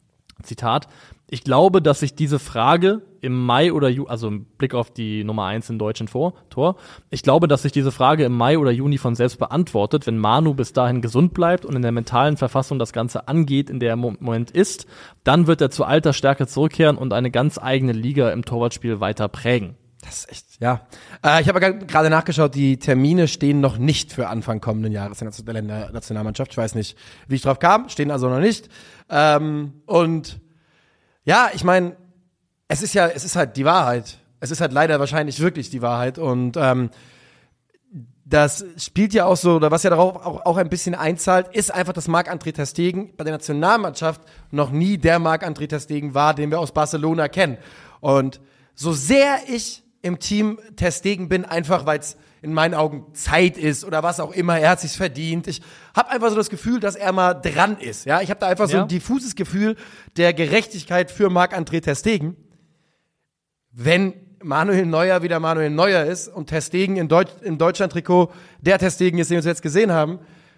Zitat, ich glaube, dass sich diese Frage im Mai oder Juni, also im Blick auf die Nummer eins im deutschen Tor, Tor, ich glaube, dass sich diese Frage im Mai oder Juni von selbst beantwortet, wenn Manu bis dahin gesund bleibt und in der mentalen Verfassung das Ganze angeht, in der er im Moment ist, dann wird er zu alter Stärke zurückkehren und eine ganz eigene Liga im Torwartspiel weiter prägen. Das ist echt, ja. Äh, ich habe gerade nachgeschaut, die Termine stehen noch nicht für Anfang kommenden Jahres in der Länder- Nationalmannschaft. Ich weiß nicht, wie ich drauf kam, stehen also noch nicht. Ähm, und ja, ich meine, es ist ja, es ist halt die Wahrheit. Es ist halt leider wahrscheinlich wirklich die Wahrheit. Und ähm, das spielt ja auch so, oder was ja darauf auch, auch ein bisschen einzahlt, ist einfach, dass Marc-André ter Stegen bei der Nationalmannschaft noch nie der Marc-André ter Stegen war, den wir aus Barcelona kennen. Und so sehr ich im Team ter Stegen bin, einfach weil es in meinen Augen Zeit ist oder was auch immer, er hat sich's verdient. Ich habe einfach so das Gefühl, dass er mal dran ist. Ja, ich habe da einfach so Ja. ein diffuses Gefühl der Gerechtigkeit für Marc-André ter Stegen. Wenn Manuel Neuer wieder Manuel Neuer ist und ter Stegen in Deutsch, im Deutschland-Trikot der ter Stegen ist, den wir jetzt gesehen haben,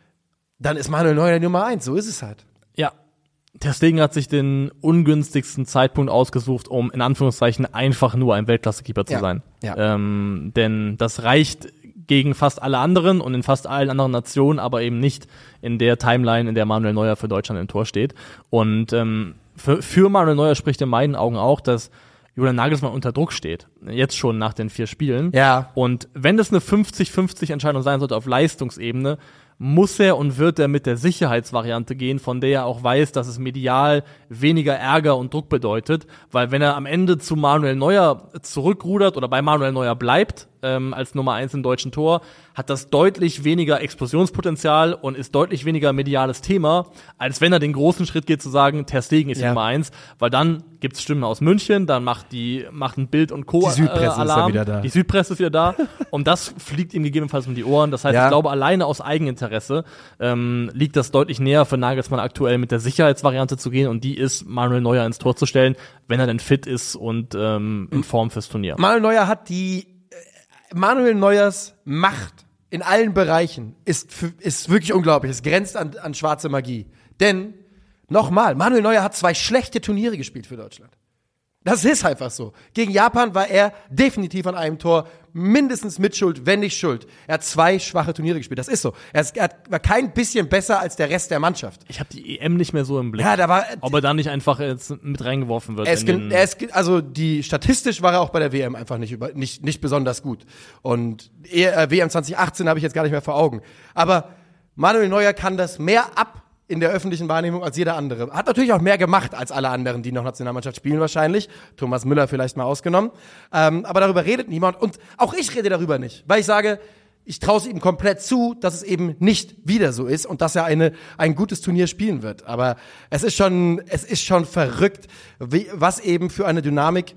dann ist Manuel Neuer die Nummer eins. So ist es halt. Ja. Ter Stegen hat sich den ungünstigsten Zeitpunkt ausgesucht, um in Anführungszeichen einfach nur ein Weltklasse-Keeper zu Ja. sein. Ja. Ähm, denn das reicht gegen fast alle anderen und in fast allen anderen Nationen, aber eben nicht in der Timeline, in der Manuel Neuer für Deutschland im Tor steht. Und ähm, für, für Manuel Neuer spricht in meinen Augen auch, dass Julian Nagelsmann unter Druck steht. Jetzt schon nach den vier Spielen. Ja. Und wenn das eine fünfzig fünfzig Entscheidung sein sollte auf Leistungsebene, muss er und wird er mit der Sicherheitsvariante gehen, von der er auch weiß, dass es medial weniger Ärger und Druck bedeutet. Weil wenn er am Ende zu Manuel Neuer zurückrudert oder bei Manuel Neuer bleibt, ähm, als Nummer eins im deutschen Tor, hat das deutlich weniger Explosionspotenzial und ist deutlich weniger mediales Thema, als wenn er den großen Schritt geht zu sagen, Ter Stegen ist die Ja. Nummer eins, weil dann gibt's Stimmen aus München, dann macht die macht ein Bild und Co. Die Südpresse äh, ist ja Alarm. wieder da. Die Südpresse ist wieder da und das fliegt ihm gegebenenfalls um die Ohren. Das heißt, Ja. ich glaube, alleine aus Eigeninteresse ähm, liegt das deutlich näher für Nagelsmann aktuell mit der Sicherheitsvariante zu gehen und die ist, Manuel Neuer ins Tor zu stellen, wenn er denn fit ist und ähm, in Form fürs Turnier. Manuel Neuer hat die äh, Manuel Neuers Macht in allen Bereichen ist, f- ist wirklich unglaublich. Es grenzt an, an schwarze Magie. Denn, nochmal, Manuel Neuer hat zwei schlechte Turniere gespielt für Deutschland. Das ist einfach so. Gegen Japan war er definitiv an einem Tor mindestens mitschuld, wenn nicht schuld. Er hat zwei schwache Turniere gespielt. Das ist so. Er, ist, er war kein bisschen besser als der Rest der Mannschaft. Ich habe die E M nicht mehr so im Blick. Ja, da war Ob er da nicht einfach jetzt mit reingeworfen wird. er ist, in gen- den, er ist, gen- also die statistisch war er auch bei der W M einfach nicht über, nicht nicht besonders gut. Und eher, äh, W M zwanzig achtzehn habe ich jetzt gar nicht mehr vor Augen. Aber Manuel Neuer kann das mehr ab in der öffentlichen Wahrnehmung als jeder andere. Hat natürlich auch mehr gemacht als alle anderen, die noch Nationalmannschaft spielen wahrscheinlich. Thomas Müller vielleicht mal ausgenommen. Ähm, aber darüber redet niemand. Und auch ich rede darüber nicht, weil ich sage, ich traue es ihm komplett zu, dass es eben nicht wieder so ist und dass er eine, ein gutes Turnier spielen wird. Aber es ist schon, es ist schon verrückt, wie, was eben für eine Dynamik,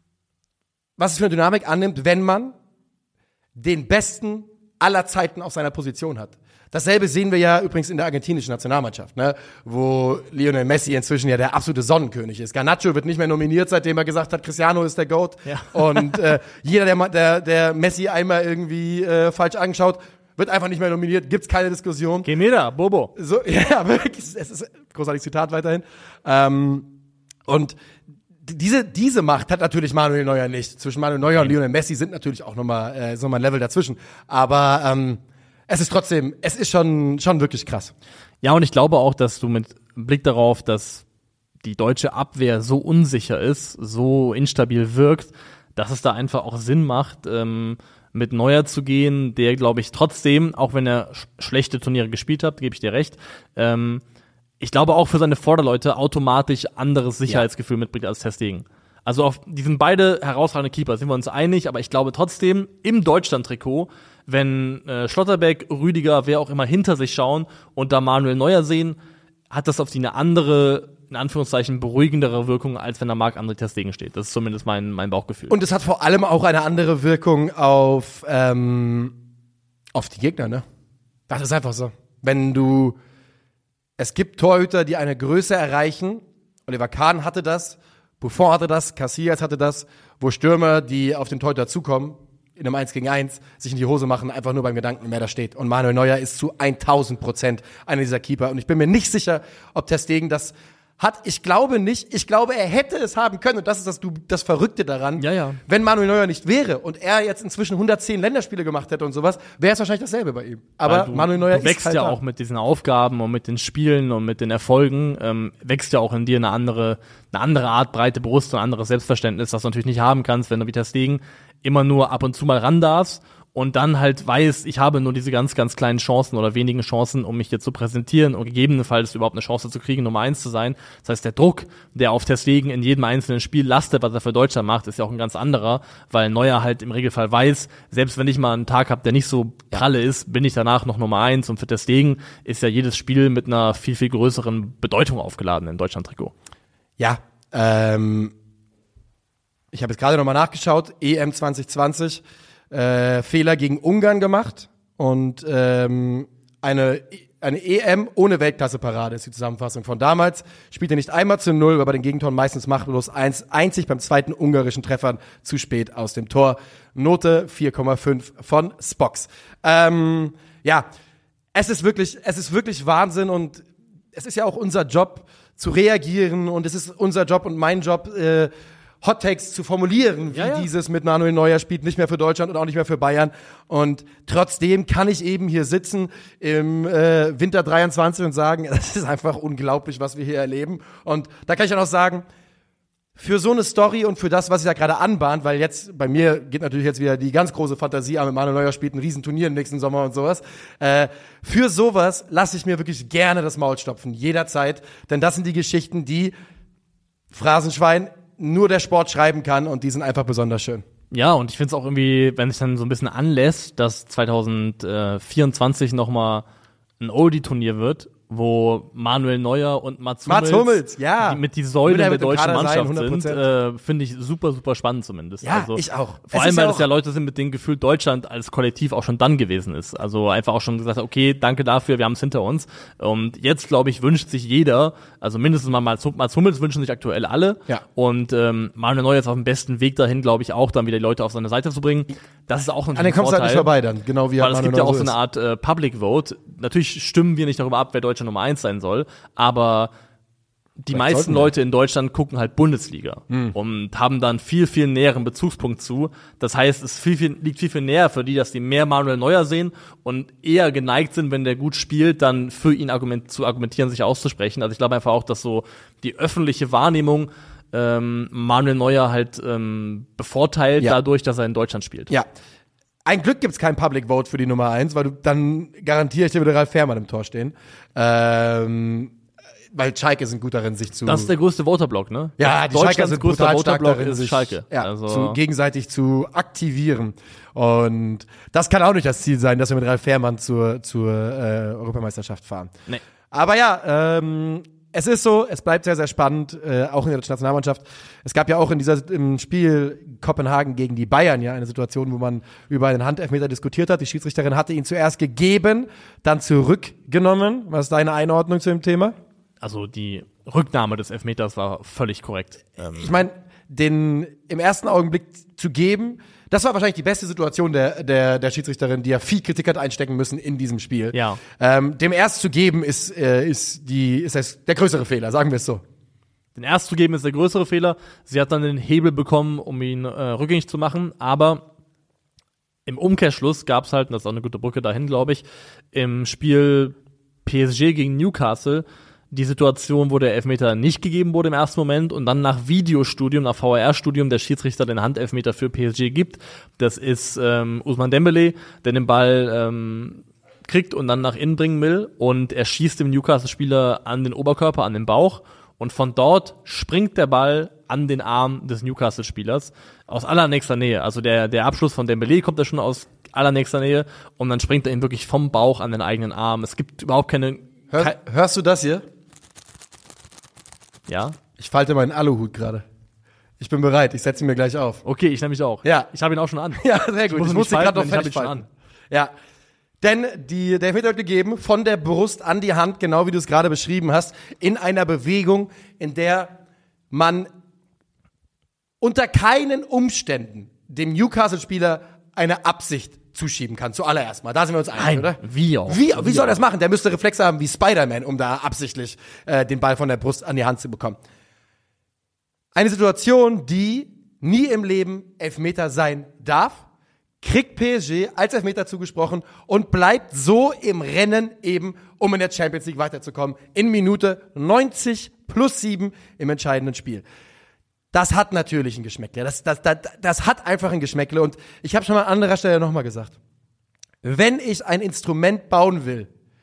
was es für eine Dynamik annimmt, wenn man den Besten aller Zeiten auf seiner Position hat. Dasselbe sehen wir ja übrigens in der argentinischen Nationalmannschaft, ne? Wo Lionel Messi inzwischen ja der absolute Sonnenkönig ist. Garnacho wird nicht mehr nominiert, seitdem er gesagt hat, Cristiano ist der GOAT. Ja. Und äh, jeder, der, ma- der, der Messi einmal irgendwie äh, falsch angeschaut, wird einfach nicht mehr nominiert, gibt's keine Diskussion. Geh mir da, Bobo. So, ja, wirklich, es ist ein großartiges Zitat weiterhin. Ähm, und diese, diese Macht hat natürlich Manuel Neuer nicht. Zwischen Manuel Neuer und Lionel Messi sind natürlich auch nochmal äh, so mal ein Level dazwischen. Aber ähm, es ist trotzdem, es ist schon, schon wirklich krass. Ja, und ich glaube auch, dass du mit Blick darauf, dass die deutsche Abwehr so unsicher ist, so instabil wirkt, dass es da einfach auch Sinn macht, ähm, mit Neuer zu gehen, der, glaube ich, trotzdem, auch wenn er sch- schlechte Turniere gespielt hat, gebe ich dir recht, ähm, ich glaube auch für seine Vorderleute automatisch anderes Sicherheitsgefühl mitbringt als Ter Stegen. Also auf, die sind beide herausragende Keeper, sind wir uns einig, aber ich glaube trotzdem, im Deutschland-Trikot, wenn äh, Schlotterbeck, Rüdiger, wer auch immer hinter sich schauen und da Manuel Neuer sehen, hat das auf die eine andere, in Anführungszeichen, beruhigendere Wirkung, als wenn da Marc-André ter Stegen steht. Das ist zumindest mein, mein Bauchgefühl. Und es hat vor allem auch eine andere Wirkung auf, ähm, auf die Gegner, ne? Das ist einfach so. Wenn du, es gibt Torhüter, die eine Größe erreichen. Oliver Kahn hatte das, Buffon hatte das, Casillas hatte das, wo Stürmer, die auf den Torhüter zukommen, in einem eins gegen eins sich in die Hose machen, einfach nur beim Gedanken, wer da steht. Und Manuel Neuer ist zu tausend Prozent einer dieser Keeper. Und ich bin mir nicht sicher, ob Ter Stegen das hat. Ich glaube nicht. Ich glaube, er hätte es haben können. Und das ist das, du, das Verrückte daran. Ja, ja. Wenn Manuel Neuer nicht wäre und er jetzt inzwischen hundertzehn Länderspiele gemacht hätte und sowas, wäre es wahrscheinlich dasselbe bei ihm. Aber du, Manuel Neuer du wächst ist halt ja da. auch mit diesen Aufgaben und mit den Spielen und mit den Erfolgen, ähm, wächst ja auch in dir eine andere, eine andere Art breite Brust und ein anderes Selbstverständnis, das du natürlich nicht haben kannst, wenn du wie Ter Stegen immer nur ab und zu mal ran darfst und dann halt weiß, ich habe nur diese ganz, ganz kleinen Chancen oder wenigen Chancen, um mich hier zu präsentieren und gegebenenfalls überhaupt eine Chance zu kriegen, Nummer eins zu sein. Das heißt, der Druck, der auf Ter Stegen in jedem einzelnen Spiel lastet, was er für Deutschland macht, ist ja auch ein ganz anderer, weil Neuer halt im Regelfall weiß, selbst wenn ich mal einen Tag habe, der nicht so pralle ist, bin ich danach noch Nummer eins, und für Ter Stegen ist ja jedes Spiel mit einer viel, viel größeren Bedeutung aufgeladen im Deutschland-Trikot. Ja, ähm, ich habe jetzt gerade nochmal nachgeschaut, E M zwanzig zwanzig, äh, Fehler gegen Ungarn gemacht und ähm, eine, eine E M ohne Weltklasse-Parade ist die Zusammenfassung von damals. Spielte nicht einmal zu Null, war bei den Gegentoren meistens machtlos, eins, einzig beim zweiten ungarischen Treffern zu spät aus dem Tor. Note vier Komma fünf von Spox. Ähm, ja, es ist wirklich, es ist wirklich Wahnsinn, und es ist ja auch unser Job zu reagieren, und es ist unser Job und mein Job, äh, Hot Takes zu formulieren, wie ja, ja. dieses mit Manuel Neuer spielt nicht mehr für Deutschland und auch nicht mehr für Bayern. Und trotzdem kann ich eben hier sitzen im äh, Winter dreiundzwanzig und sagen, das ist einfach unglaublich, was wir hier erleben. Und da kann ich dann auch sagen, für so eine Story und für das, was sich da gerade anbahnt, weil jetzt, bei mir geht natürlich jetzt wieder die ganz große Fantasie an, Manuel Neuer spielt ein Riesenturnier im nächsten Sommer und sowas. Äh, für sowas lasse ich mir wirklich gerne das Maul stopfen, jederzeit. Denn das sind die Geschichten, die Phrasenschwein nur der Sport schreiben kann, und die sind einfach besonders schön. Ja, und ich finde es auch irgendwie, wenn sich dann so ein bisschen anlässt, dass zwanzig vierundzwanzig nochmal ein Oldie-Turnier wird, wo Manuel Neuer und Mats Hummels, Mats Hummels ja. die mit die Säulen der deutschen Kader Mannschaft sein, sind, äh, finde ich super, super spannend zumindest. Ja, also, ich auch. Vor es allem, weil ja es ja Leute sind, mit denen gefühlt Deutschland als Kollektiv auch schon dann gewesen ist. Also einfach auch schon gesagt, okay, danke dafür, wir haben es hinter uns. Und jetzt, glaube ich, wünscht sich jeder, also mindestens mal Mats Hummels wünschen sich aktuell alle. Ja. Und ähm, Manuel Neuer ist auf dem besten Weg dahin, glaube ich, auch dann wieder die Leute auf seine Seite zu bringen. Das ist auch natürlich An den kommst du ein halt nicht vorbei dann, genau wie weil es gibt ja auch so ist. eine Art äh, Public Vote. Natürlich stimmen wir nicht darüber ab, wer Deutschland Nummer eins sein soll, aber die Vielleicht meisten wir. Leute in Deutschland gucken halt Bundesliga hm. und haben dann viel, viel näheren Bezugspunkt zu. Das heißt, es viel, viel, liegt viel, viel näher für die, dass die mehr Manuel Neuer sehen und eher geneigt sind, wenn der gut spielt, dann für ihn argument, zu argumentieren, sich auszusprechen. Also ich glaube einfach auch, dass so die öffentliche Wahrnehmung ähm, Manuel Neuer halt ähm, bevorteilt ja. dadurch, dass er in Deutschland spielt. Ja. Ein Glück gibt's kein Public Vote für die Nummer eins, weil du dann garantiere ich dir wieder Ralf Fährmann im Tor stehen. Ähm, weil Schalke sind gut darin, sich zu... Das ist der größte Voterblock, ne? Ja, die Schalke sind größter brutal stark Voterblock darin, ist sich Schalke. ja, also zu, gegenseitig zu aktivieren. Und das kann auch nicht das Ziel sein, dass wir mit Ralf Fährmann zur, zur äh, Europameisterschaft fahren. Nee. Aber ja, ähm, es ist so, es bleibt sehr, sehr spannend, äh, auch in der deutschen Nationalmannschaft. Es gab ja auch in dieser im Spiel Kopenhagen gegen die Bayern ja eine Situation, wo man über einen Handelfmeter diskutiert hat. Die Schiedsrichterin hatte ihn zuerst gegeben, dann zurückgenommen. Was ist deine Einordnung zu dem Thema? Also die Rücknahme des Elfmeters war völlig korrekt. Ähm ich meine, den im ersten Augenblick zu geben, das war wahrscheinlich die beste Situation der, der, der Schiedsrichterin, die ja viel Kritik hat einstecken müssen in diesem Spiel. Ja. Ähm, dem erst zu geben ist, äh, ist, die, ist das der größere Fehler, sagen wir es so. Den erst zu geben ist der größere Fehler. Sie hat dann den Hebel bekommen, um ihn äh, rückgängig zu machen, aber im Umkehrschluss gab es halt, und das ist auch eine gute Brücke dahin, glaube ich, im Spiel P S G gegen Newcastle die Situation, wo der Elfmeter nicht gegeben wurde im ersten Moment und dann nach Videostudium, nach V R R-Studium der Schiedsrichter den Handelfmeter für P S G gibt. Das ist ähm, Ousmane Dembélé, der den Ball ähm, kriegt und dann nach innen bringen will, und er schießt dem Newcastle-Spieler an den Oberkörper, an den Bauch, und von dort springt der Ball an den Arm des Newcastle-Spielers aus allernächster Nähe. Also der, der Abschluss von Dembélé kommt da schon aus allernächster Nähe, und dann springt er ihm wirklich vom Bauch an den eigenen Arm. Es gibt überhaupt keine... Hör, kei- hörst du das hier? Ja? Ich falte meinen Aluhut gerade. Ich bin bereit, ich setze ihn mir gleich auf. Okay, ich nehme mich auch. Ja. Ich habe ihn auch schon an. Ja, sehr gut. muss Ich ihn musste nicht gerade noch falten, denn ich fertig hab ihn falten. Ja. Denn die, der Elfmeter wird gegeben, von der Brust an die Hand, genau wie du es gerade beschrieben hast, in einer Bewegung, in der man unter keinen Umständen dem Newcastle-Spieler eine Absicht zuschieben kann, zuallererst mal. Da sind wir uns einig, Nein, oder? wie auch. Wie, wie Wie soll auch. das machen? Der müsste Reflexe haben wie Spider-Man, um da absichtlich äh, den Ball von der Brust an die Hand zu bekommen. Eine Situation, die nie im Leben Elfmeter sein darf, kriegt P S G als Elfmeter zugesprochen und bleibt so im Rennen eben, um in der Champions League weiterzukommen, in Minute neunzig plus sieben im entscheidenden Spiel. Das hat natürlich ein Geschmäckle. Das, das, das, das hat einfach ein Geschmäckle. Und ich habe schon mal an anderer Stelle nochmal gesagt. wenn ich ein Instrument bauen will,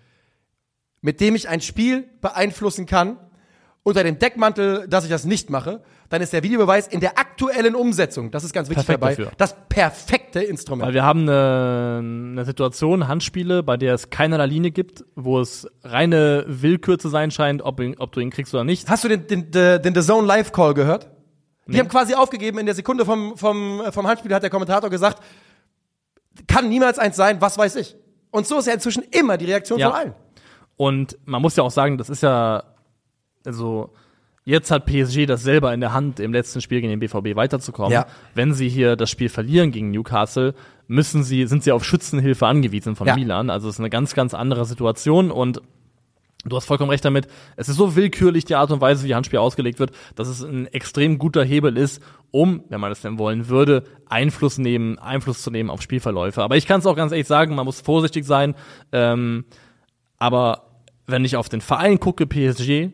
mit dem ich ein Spiel beeinflussen kann, unter dem Deckmantel, dass ich das nicht mache, dann ist der Videobeweis in der aktuellen Umsetzung, das ist ganz wichtig Perfekt dabei, dafür. das perfekte Instrument. Weil wir haben eine, eine Situation, Handspiele, bei der es keinerlei Linie gibt, wo es reine Willkür zu sein scheint, ob, ihn, ob du ihn kriegst oder nicht. Hast du den, den, den, den The Zone Live Call gehört? Die Nee. haben quasi aufgegeben, in der Sekunde vom, vom, vom Handspiel hat der Kommentator gesagt, kann niemals eins sein, was weiß ich. Und so ist ja inzwischen immer die Reaktion Ja. von allen. Und man muss ja auch sagen, das ist ja, also, jetzt hat P S G das selber in der Hand, im letzten Spiel gegen den B V B weiterzukommen. Ja. Wenn sie hier das Spiel verlieren gegen Newcastle, müssen sie, sind sie auf Schützenhilfe angewiesen von Ja. Milan. Also, es ist eine ganz, ganz andere Situation und du hast vollkommen recht damit. Es ist so willkürlich die Art und Weise, wie Handspiel ausgelegt wird, dass es ein extrem guter Hebel ist, um, wenn man es denn wollen würde, Einfluss nehmen, Einfluss zu nehmen auf Spielverläufe. Aber ich kann es auch ganz ehrlich sagen, man muss vorsichtig sein. Ähm, aber wenn ich auf den Verein gucke, P S G,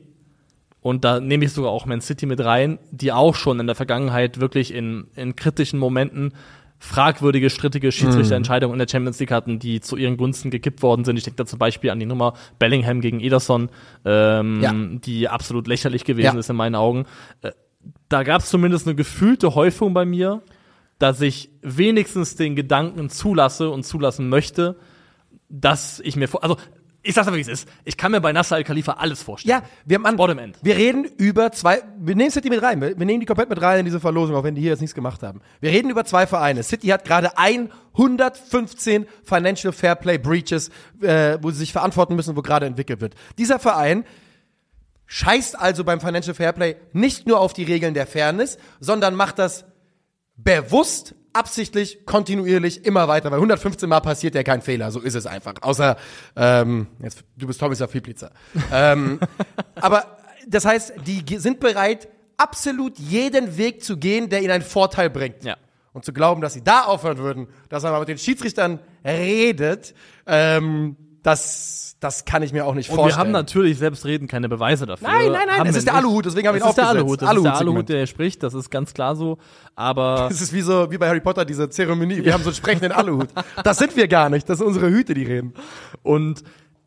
und da nehme ich sogar auch Man City mit rein, die auch schon in der Vergangenheit wirklich in, in kritischen Momenten fragwürdige, strittige Schiedsrichterentscheidungen in der Champions League hatten, die zu ihren Gunsten gekippt worden sind. Ich denke da zum Beispiel an die Nummer Bellingham gegen Ederson, ähm, Ja. die absolut lächerlich gewesen Ja. ist in meinen Augen. Äh, da gab es zumindest eine gefühlte Häufung bei mir, dass ich wenigstens den Gedanken zulasse und zulassen möchte, dass ich mir vor, also ich sag's aber, wie es ist. Ich kann mir bei Nasser Al-Khalifa alles vorstellen. Ja, wir haben an, Bottom End. wir reden über zwei, wir nehmen City mit rein, wir, wir nehmen die komplett mit rein in diese Verlosung, auch wenn die hier jetzt nichts gemacht haben. Wir reden über zwei Vereine. City hat gerade hundertfünfzehn Financial Fair Play Breaches, äh, wo sie sich verantworten müssen, wo gerade entwickelt wird. Dieser Verein scheißt also beim Financial Fair Play nicht nur auf die Regeln der Fairness, sondern macht das bewusst, absichtlich, kontinuierlich, immer weiter, weil hundertfünfzehn Mal passiert ja kein Fehler, so ist es einfach. Außer, ähm, jetzt, du bist Tomislav Fiplica. ähm, aber das heißt, die ge- sind bereit, absolut jeden Weg zu gehen, der ihnen einen Vorteil bringt. Ja. Und zu glauben, dass sie da aufhören würden, dass man mal mit den Schiedsrichtern redet, ähm, das, das kann ich mir auch nicht Und vorstellen. wir haben natürlich selbstredend keine Beweise dafür. Nein, nein, nein, Haben es wir ist der nicht. Aluhut, deswegen haben wir ihn Das ist der aufgesetzt. Aluhut, das ist der Aluhut-Segment. Aluhut, der spricht, das ist ganz klar so. Aber Das ist wie so, wie bei Harry Potter, diese Zeremonie. Wir haben so einen sprechenden Aluhut. Das sind wir gar nicht. Das sind unsere Hüte, die reden. und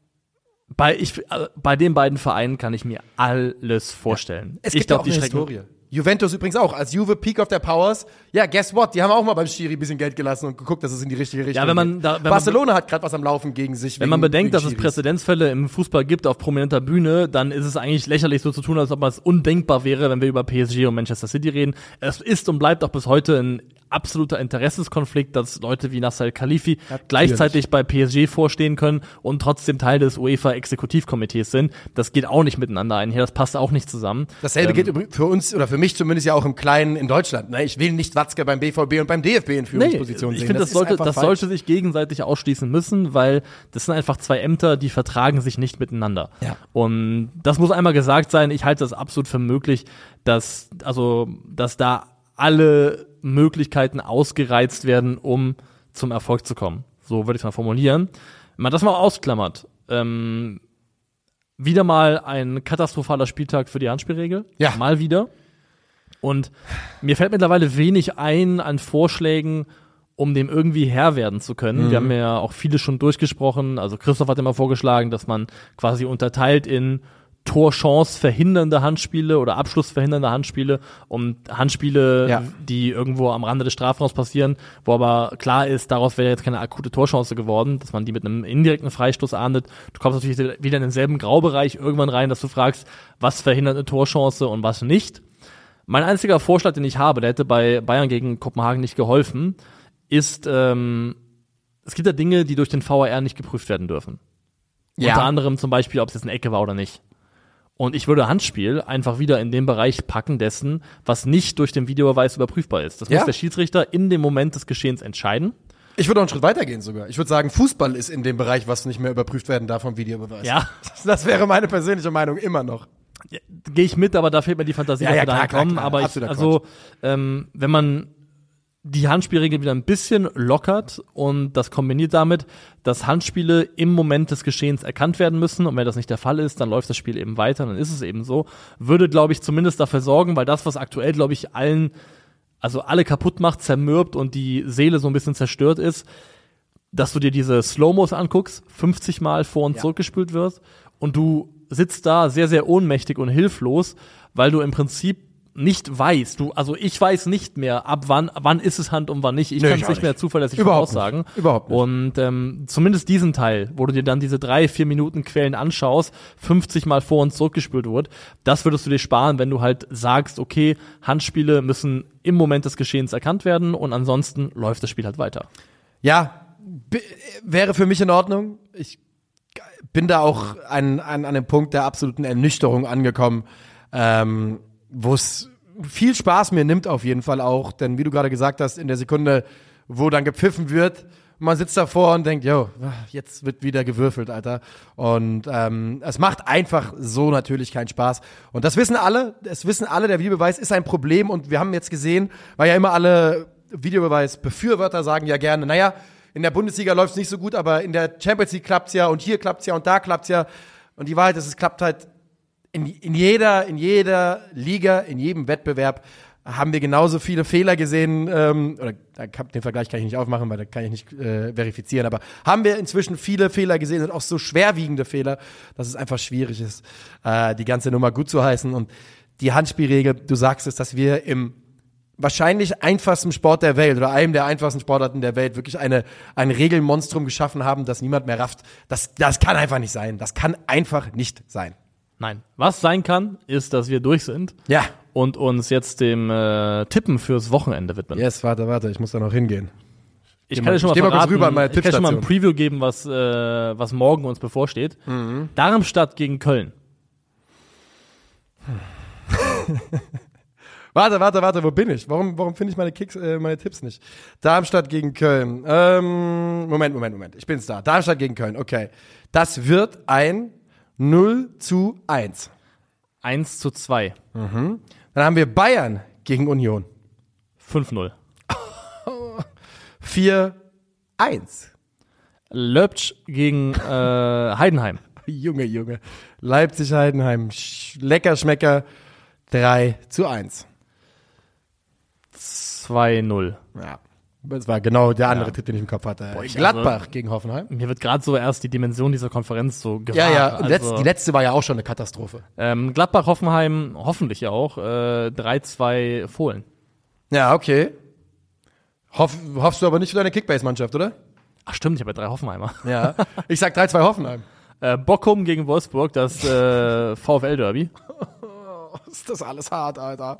bei, ich, äh, bei den beiden Vereinen kann ich mir alles vorstellen. Es ich gibt ja glaub, auch eine Historie. Juventus übrigens auch. Als Juve Peak of their Powers. Ja, guess what? Die haben auch mal beim Schiri ein bisschen Geld gelassen und geguckt, dass es in die richtige Richtung Ja, wenn man geht. da- wenn man Barcelona hat gerade was am Laufen gegen sich. Wenn wegen, man bedenkt, wegen dass es Schiris. Präzedenzfälle im Fußball gibt auf prominenter Bühne, dann ist es eigentlich lächerlich so zu tun, als ob es undenkbar wäre, wenn wir über P S G und Manchester City reden. Es ist und bleibt auch bis heute ein absoluter Interessenskonflikt, dass Leute wie Nasser Al-Khalifi gleichzeitig bei P S G vorstehen können und trotzdem Teil des UEFA-Exekutivkomitees sind. Das geht auch nicht miteinander einher, das passt auch nicht zusammen. Dasselbe Ähm, geht übrigens für uns, oder für mich zumindest ja auch im Kleinen in Deutschland. Ne? Ich will nicht Watzke beim B V B und beim D F B in Nee, Führungspositionen ich sehen. finde, das, ist sollte, einfach das falsch. sollte sich gegenseitig ausschließen müssen, weil das sind einfach zwei Ämter, die vertragen sich nicht miteinander. Ja. Und das muss einmal gesagt sein. Ich halte das absolut für möglich, dass, also, dass da alle Möglichkeiten ausgereizt werden, um zum Erfolg zu kommen. So würde ich es mal formulieren. Wenn man das mal ausklammert, ähm, wieder mal ein katastrophaler Spieltag für die Handspielregel. Ja. Mal wieder. Und mir fällt mittlerweile wenig ein an Vorschlägen, um dem irgendwie Herr werden zu können. Mhm. Wir haben ja auch viele schon durchgesprochen. Also Christoph hat immer vorgeschlagen, dass man quasi unterteilt in Torchance verhindernde Handspiele oder Abschluss verhindernde Handspiele und Handspiele, Ja. die irgendwo am Rande des Strafraums passieren, wo aber klar ist, daraus wäre jetzt keine akute Torchance geworden, dass man die mit einem indirekten Freistoß ahndet. Du kommst natürlich wieder in denselben Graubereich irgendwann rein, dass du fragst, was verhindert eine Torchance und was nicht. Mein einziger Vorschlag, den ich habe, der hätte bei Bayern gegen Kopenhagen nicht geholfen, ist, ähm, es gibt ja Dinge, die durch den V A R nicht geprüft werden dürfen. Ja. Unter anderem zum Beispiel, ob es jetzt eine Ecke war oder nicht. Und ich würde Handspiel einfach wieder in den Bereich packen dessen, was nicht durch den Videobeweis überprüfbar ist. Das Ja. muss der Schiedsrichter in dem Moment des Geschehens entscheiden. Ich würde noch einen Schritt weitergehen sogar. Ich würde sagen, Fußball ist in dem Bereich, was nicht mehr überprüft werden darf vom Videobeweis. Ja. Das wäre meine persönliche Meinung immer noch. Ja, gehe ich mit, aber da fehlt mir die Fantasie, Ja, dass ja, wir klar, dahin klar, kommen. klar. Aber ich, Absoluter also, ähm, wenn man die Handspielregel wieder ein bisschen lockert und das kombiniert damit, dass Handspiele im Moment des Geschehens erkannt werden müssen und wenn das nicht der Fall ist, dann läuft das Spiel eben weiter, dann ist es eben so, würde, glaube ich, zumindest dafür sorgen, weil das, was aktuell, glaube ich, allen, also alle kaputt macht, zermürbt und die Seele so ein bisschen zerstört ist, dass du dir diese Slow-Mos anguckst, fünfzig Mal vor und Ja. zurückgespült wirst und du sitzt da sehr, sehr ohnmächtig und hilflos, weil du im Prinzip nicht weißt, du, also ich weiß nicht mehr, ab wann, wann ist es Hand und wann nicht. Ich Nee, kann ich es auch nicht mehr nicht. zuverlässig Überhaupt voraussagen. nicht. Überhaupt nicht. Und ähm, zumindest diesen Teil, wo du dir dann diese drei, vier Minuten Quellen anschaust, fünfzig Mal vor und zurückgespült wird, das würdest du dir sparen, wenn du halt sagst, okay, Handspiele müssen im Moment des Geschehens erkannt werden und ansonsten läuft das Spiel halt weiter. Ja, b- wäre für mich in Ordnung. Ich bin da auch an, an, an einem Punkt der absoluten Ernüchterung angekommen, ähm, wo es viel Spaß mir nimmt auf jeden Fall auch, denn wie du gerade gesagt hast, in der Sekunde, wo dann gepfiffen wird, man sitzt davor und denkt, jo, jetzt wird wieder gewürfelt, Alter. Und ähm, es macht einfach so natürlich keinen Spaß. Und das wissen alle, es wissen alle, der Videobeweis ist ein Problem und wir haben jetzt gesehen, weil ja immer alle Videobeweis-Befürworter sagen ja gerne, naja, in der Bundesliga läuft es nicht so gut, aber in der Champions League klappt's ja und hier klappt's ja und da klappt's ja. Und die Wahrheit ist, es klappt halt in, in jeder, in jeder Liga, in jedem Wettbewerb haben wir genauso viele Fehler gesehen, ähm, oder den Vergleich kann ich nicht aufmachen, weil da kann ich nicht äh, verifizieren, aber haben wir inzwischen viele Fehler gesehen und auch so schwerwiegende Fehler, dass es einfach schwierig ist, äh, die ganze Nummer gut zu heißen. Und die Handspielregel, du sagst es, dass wir im wahrscheinlich einfachsten Sport der Welt oder einem der einfachsten Sportarten der Welt wirklich eine, ein Regelmonstrum geschaffen haben, das niemand mehr rafft. Das, das kann einfach nicht sein. Das kann einfach nicht sein. Nein. Was sein kann, ist, dass wir durch sind Ja. und uns jetzt dem äh, Tippen fürs Wochenende widmen. Yes, warte, warte, ich muss da noch hingehen. Ich Geh kann mal- dir schon mal ich geh mal kurz verraten, rüber an meine ich kann schon mal ein Tippstation. Preview geben, was, äh, was morgen uns bevorsteht. Mhm. Darmstadt gegen Köln. Warte, warte, warte, wo bin ich? Warum, warum finde ich meine Kicks, äh, meine Tipps nicht? Darmstadt gegen Köln. Ähm, Moment, Moment, Moment. Ich bin's da. Darmstadt gegen Köln, okay. Das wird ein null zu eins. eins zu zwei. Dann haben wir Bayern gegen Union. fünf null. vier eins. Löbsch gegen äh, Heidenheim. Junge, Junge. Leipzig-Heidenheim. Sch- Lecker, Schmecker. drei zu eins. zwei null. Ja. Das war genau der andere Ja. Tipp, den ich im Kopf hatte. Boah, ich- Gladbach also- gegen Hoffenheim. Mir wird gerade so erst die Dimension dieser Konferenz so gewahr. Ja, ja. Und letzt, Also, die letzte war ja auch schon eine Katastrophe. ähm, Gladbach-Hoffenheim hoffentlich auch. Äh, drei zwei Fohlen. Ja, okay. Hoff, hoffst du aber nicht für deine Kickbase-Mannschaft, oder? Ach stimmt, ich habe ja drei Hoffenheimer. Ja. Ich sag drei zwei Hoffenheim. Äh, Bochum gegen Wolfsburg, das äh, VfL-Derby. Ist das alles hart, Alter.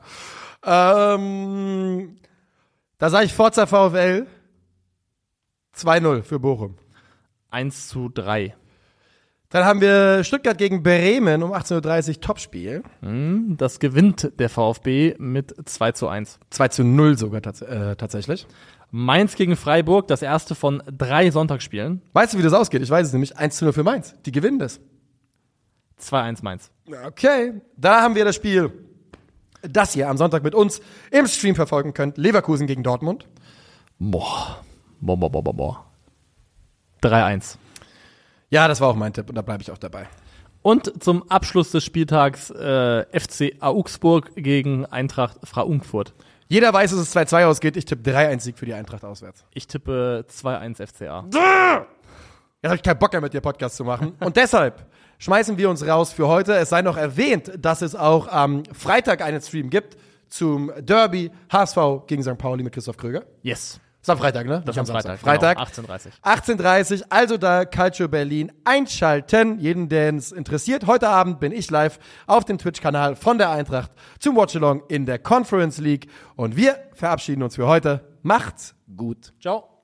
Ähm, da sage ich Forza VfL zwei null für Bochum. eins zu drei. Dann haben wir Stuttgart gegen Bremen um achtzehn Uhr dreißig Topspiel. Hm, das gewinnt der VfB mit zwei zu eins. zwei zu null sogar tats äh, tatsächlich. Mainz gegen Freiburg, das erste von drei Sonntagsspielen. Weißt du, wie das ausgeht? Ich weiß es nämlich. eins zu null für Mainz. Die gewinnen das. zwei eins Mainz. Okay, da haben wir das Spiel, das ihr am Sonntag mit uns im Stream verfolgen könnt. Leverkusen gegen Dortmund. Boah. Boah, boah, boah, boah, boah. drei eins. Ja, das war auch mein Tipp und da bleibe ich auch dabei. Und zum Abschluss des Spieltags äh, F C Augsburg gegen Eintracht Frankfurt. Jeder weiß, dass es zwei zwei ausgeht. Ich tippe drei eins Sieg für die Eintracht auswärts. Ich tippe zwei eins F C A. Jetzt habe ich keinen Bock mehr, mit dir Podcast zu machen. Und deshalb schmeißen wir uns raus für heute. Es sei noch erwähnt, dass es auch am Freitag einen Stream gibt zum Derby H S V gegen Sankt Pauli mit Christoph Kröger. Yes. Das ist am Freitag, ne? Das Nicht ist am Freitag. Freitag. Genau, achtzehn Uhr dreißig. achtzehn Uhr dreißig, also da Calcio Berlin einschalten. Jeden, den es interessiert. Heute Abend bin ich live auf dem Twitch-Kanal von der Eintracht zum Watchalong in der Conference League. Und wir verabschieden uns für heute. Macht's gut. Ciao.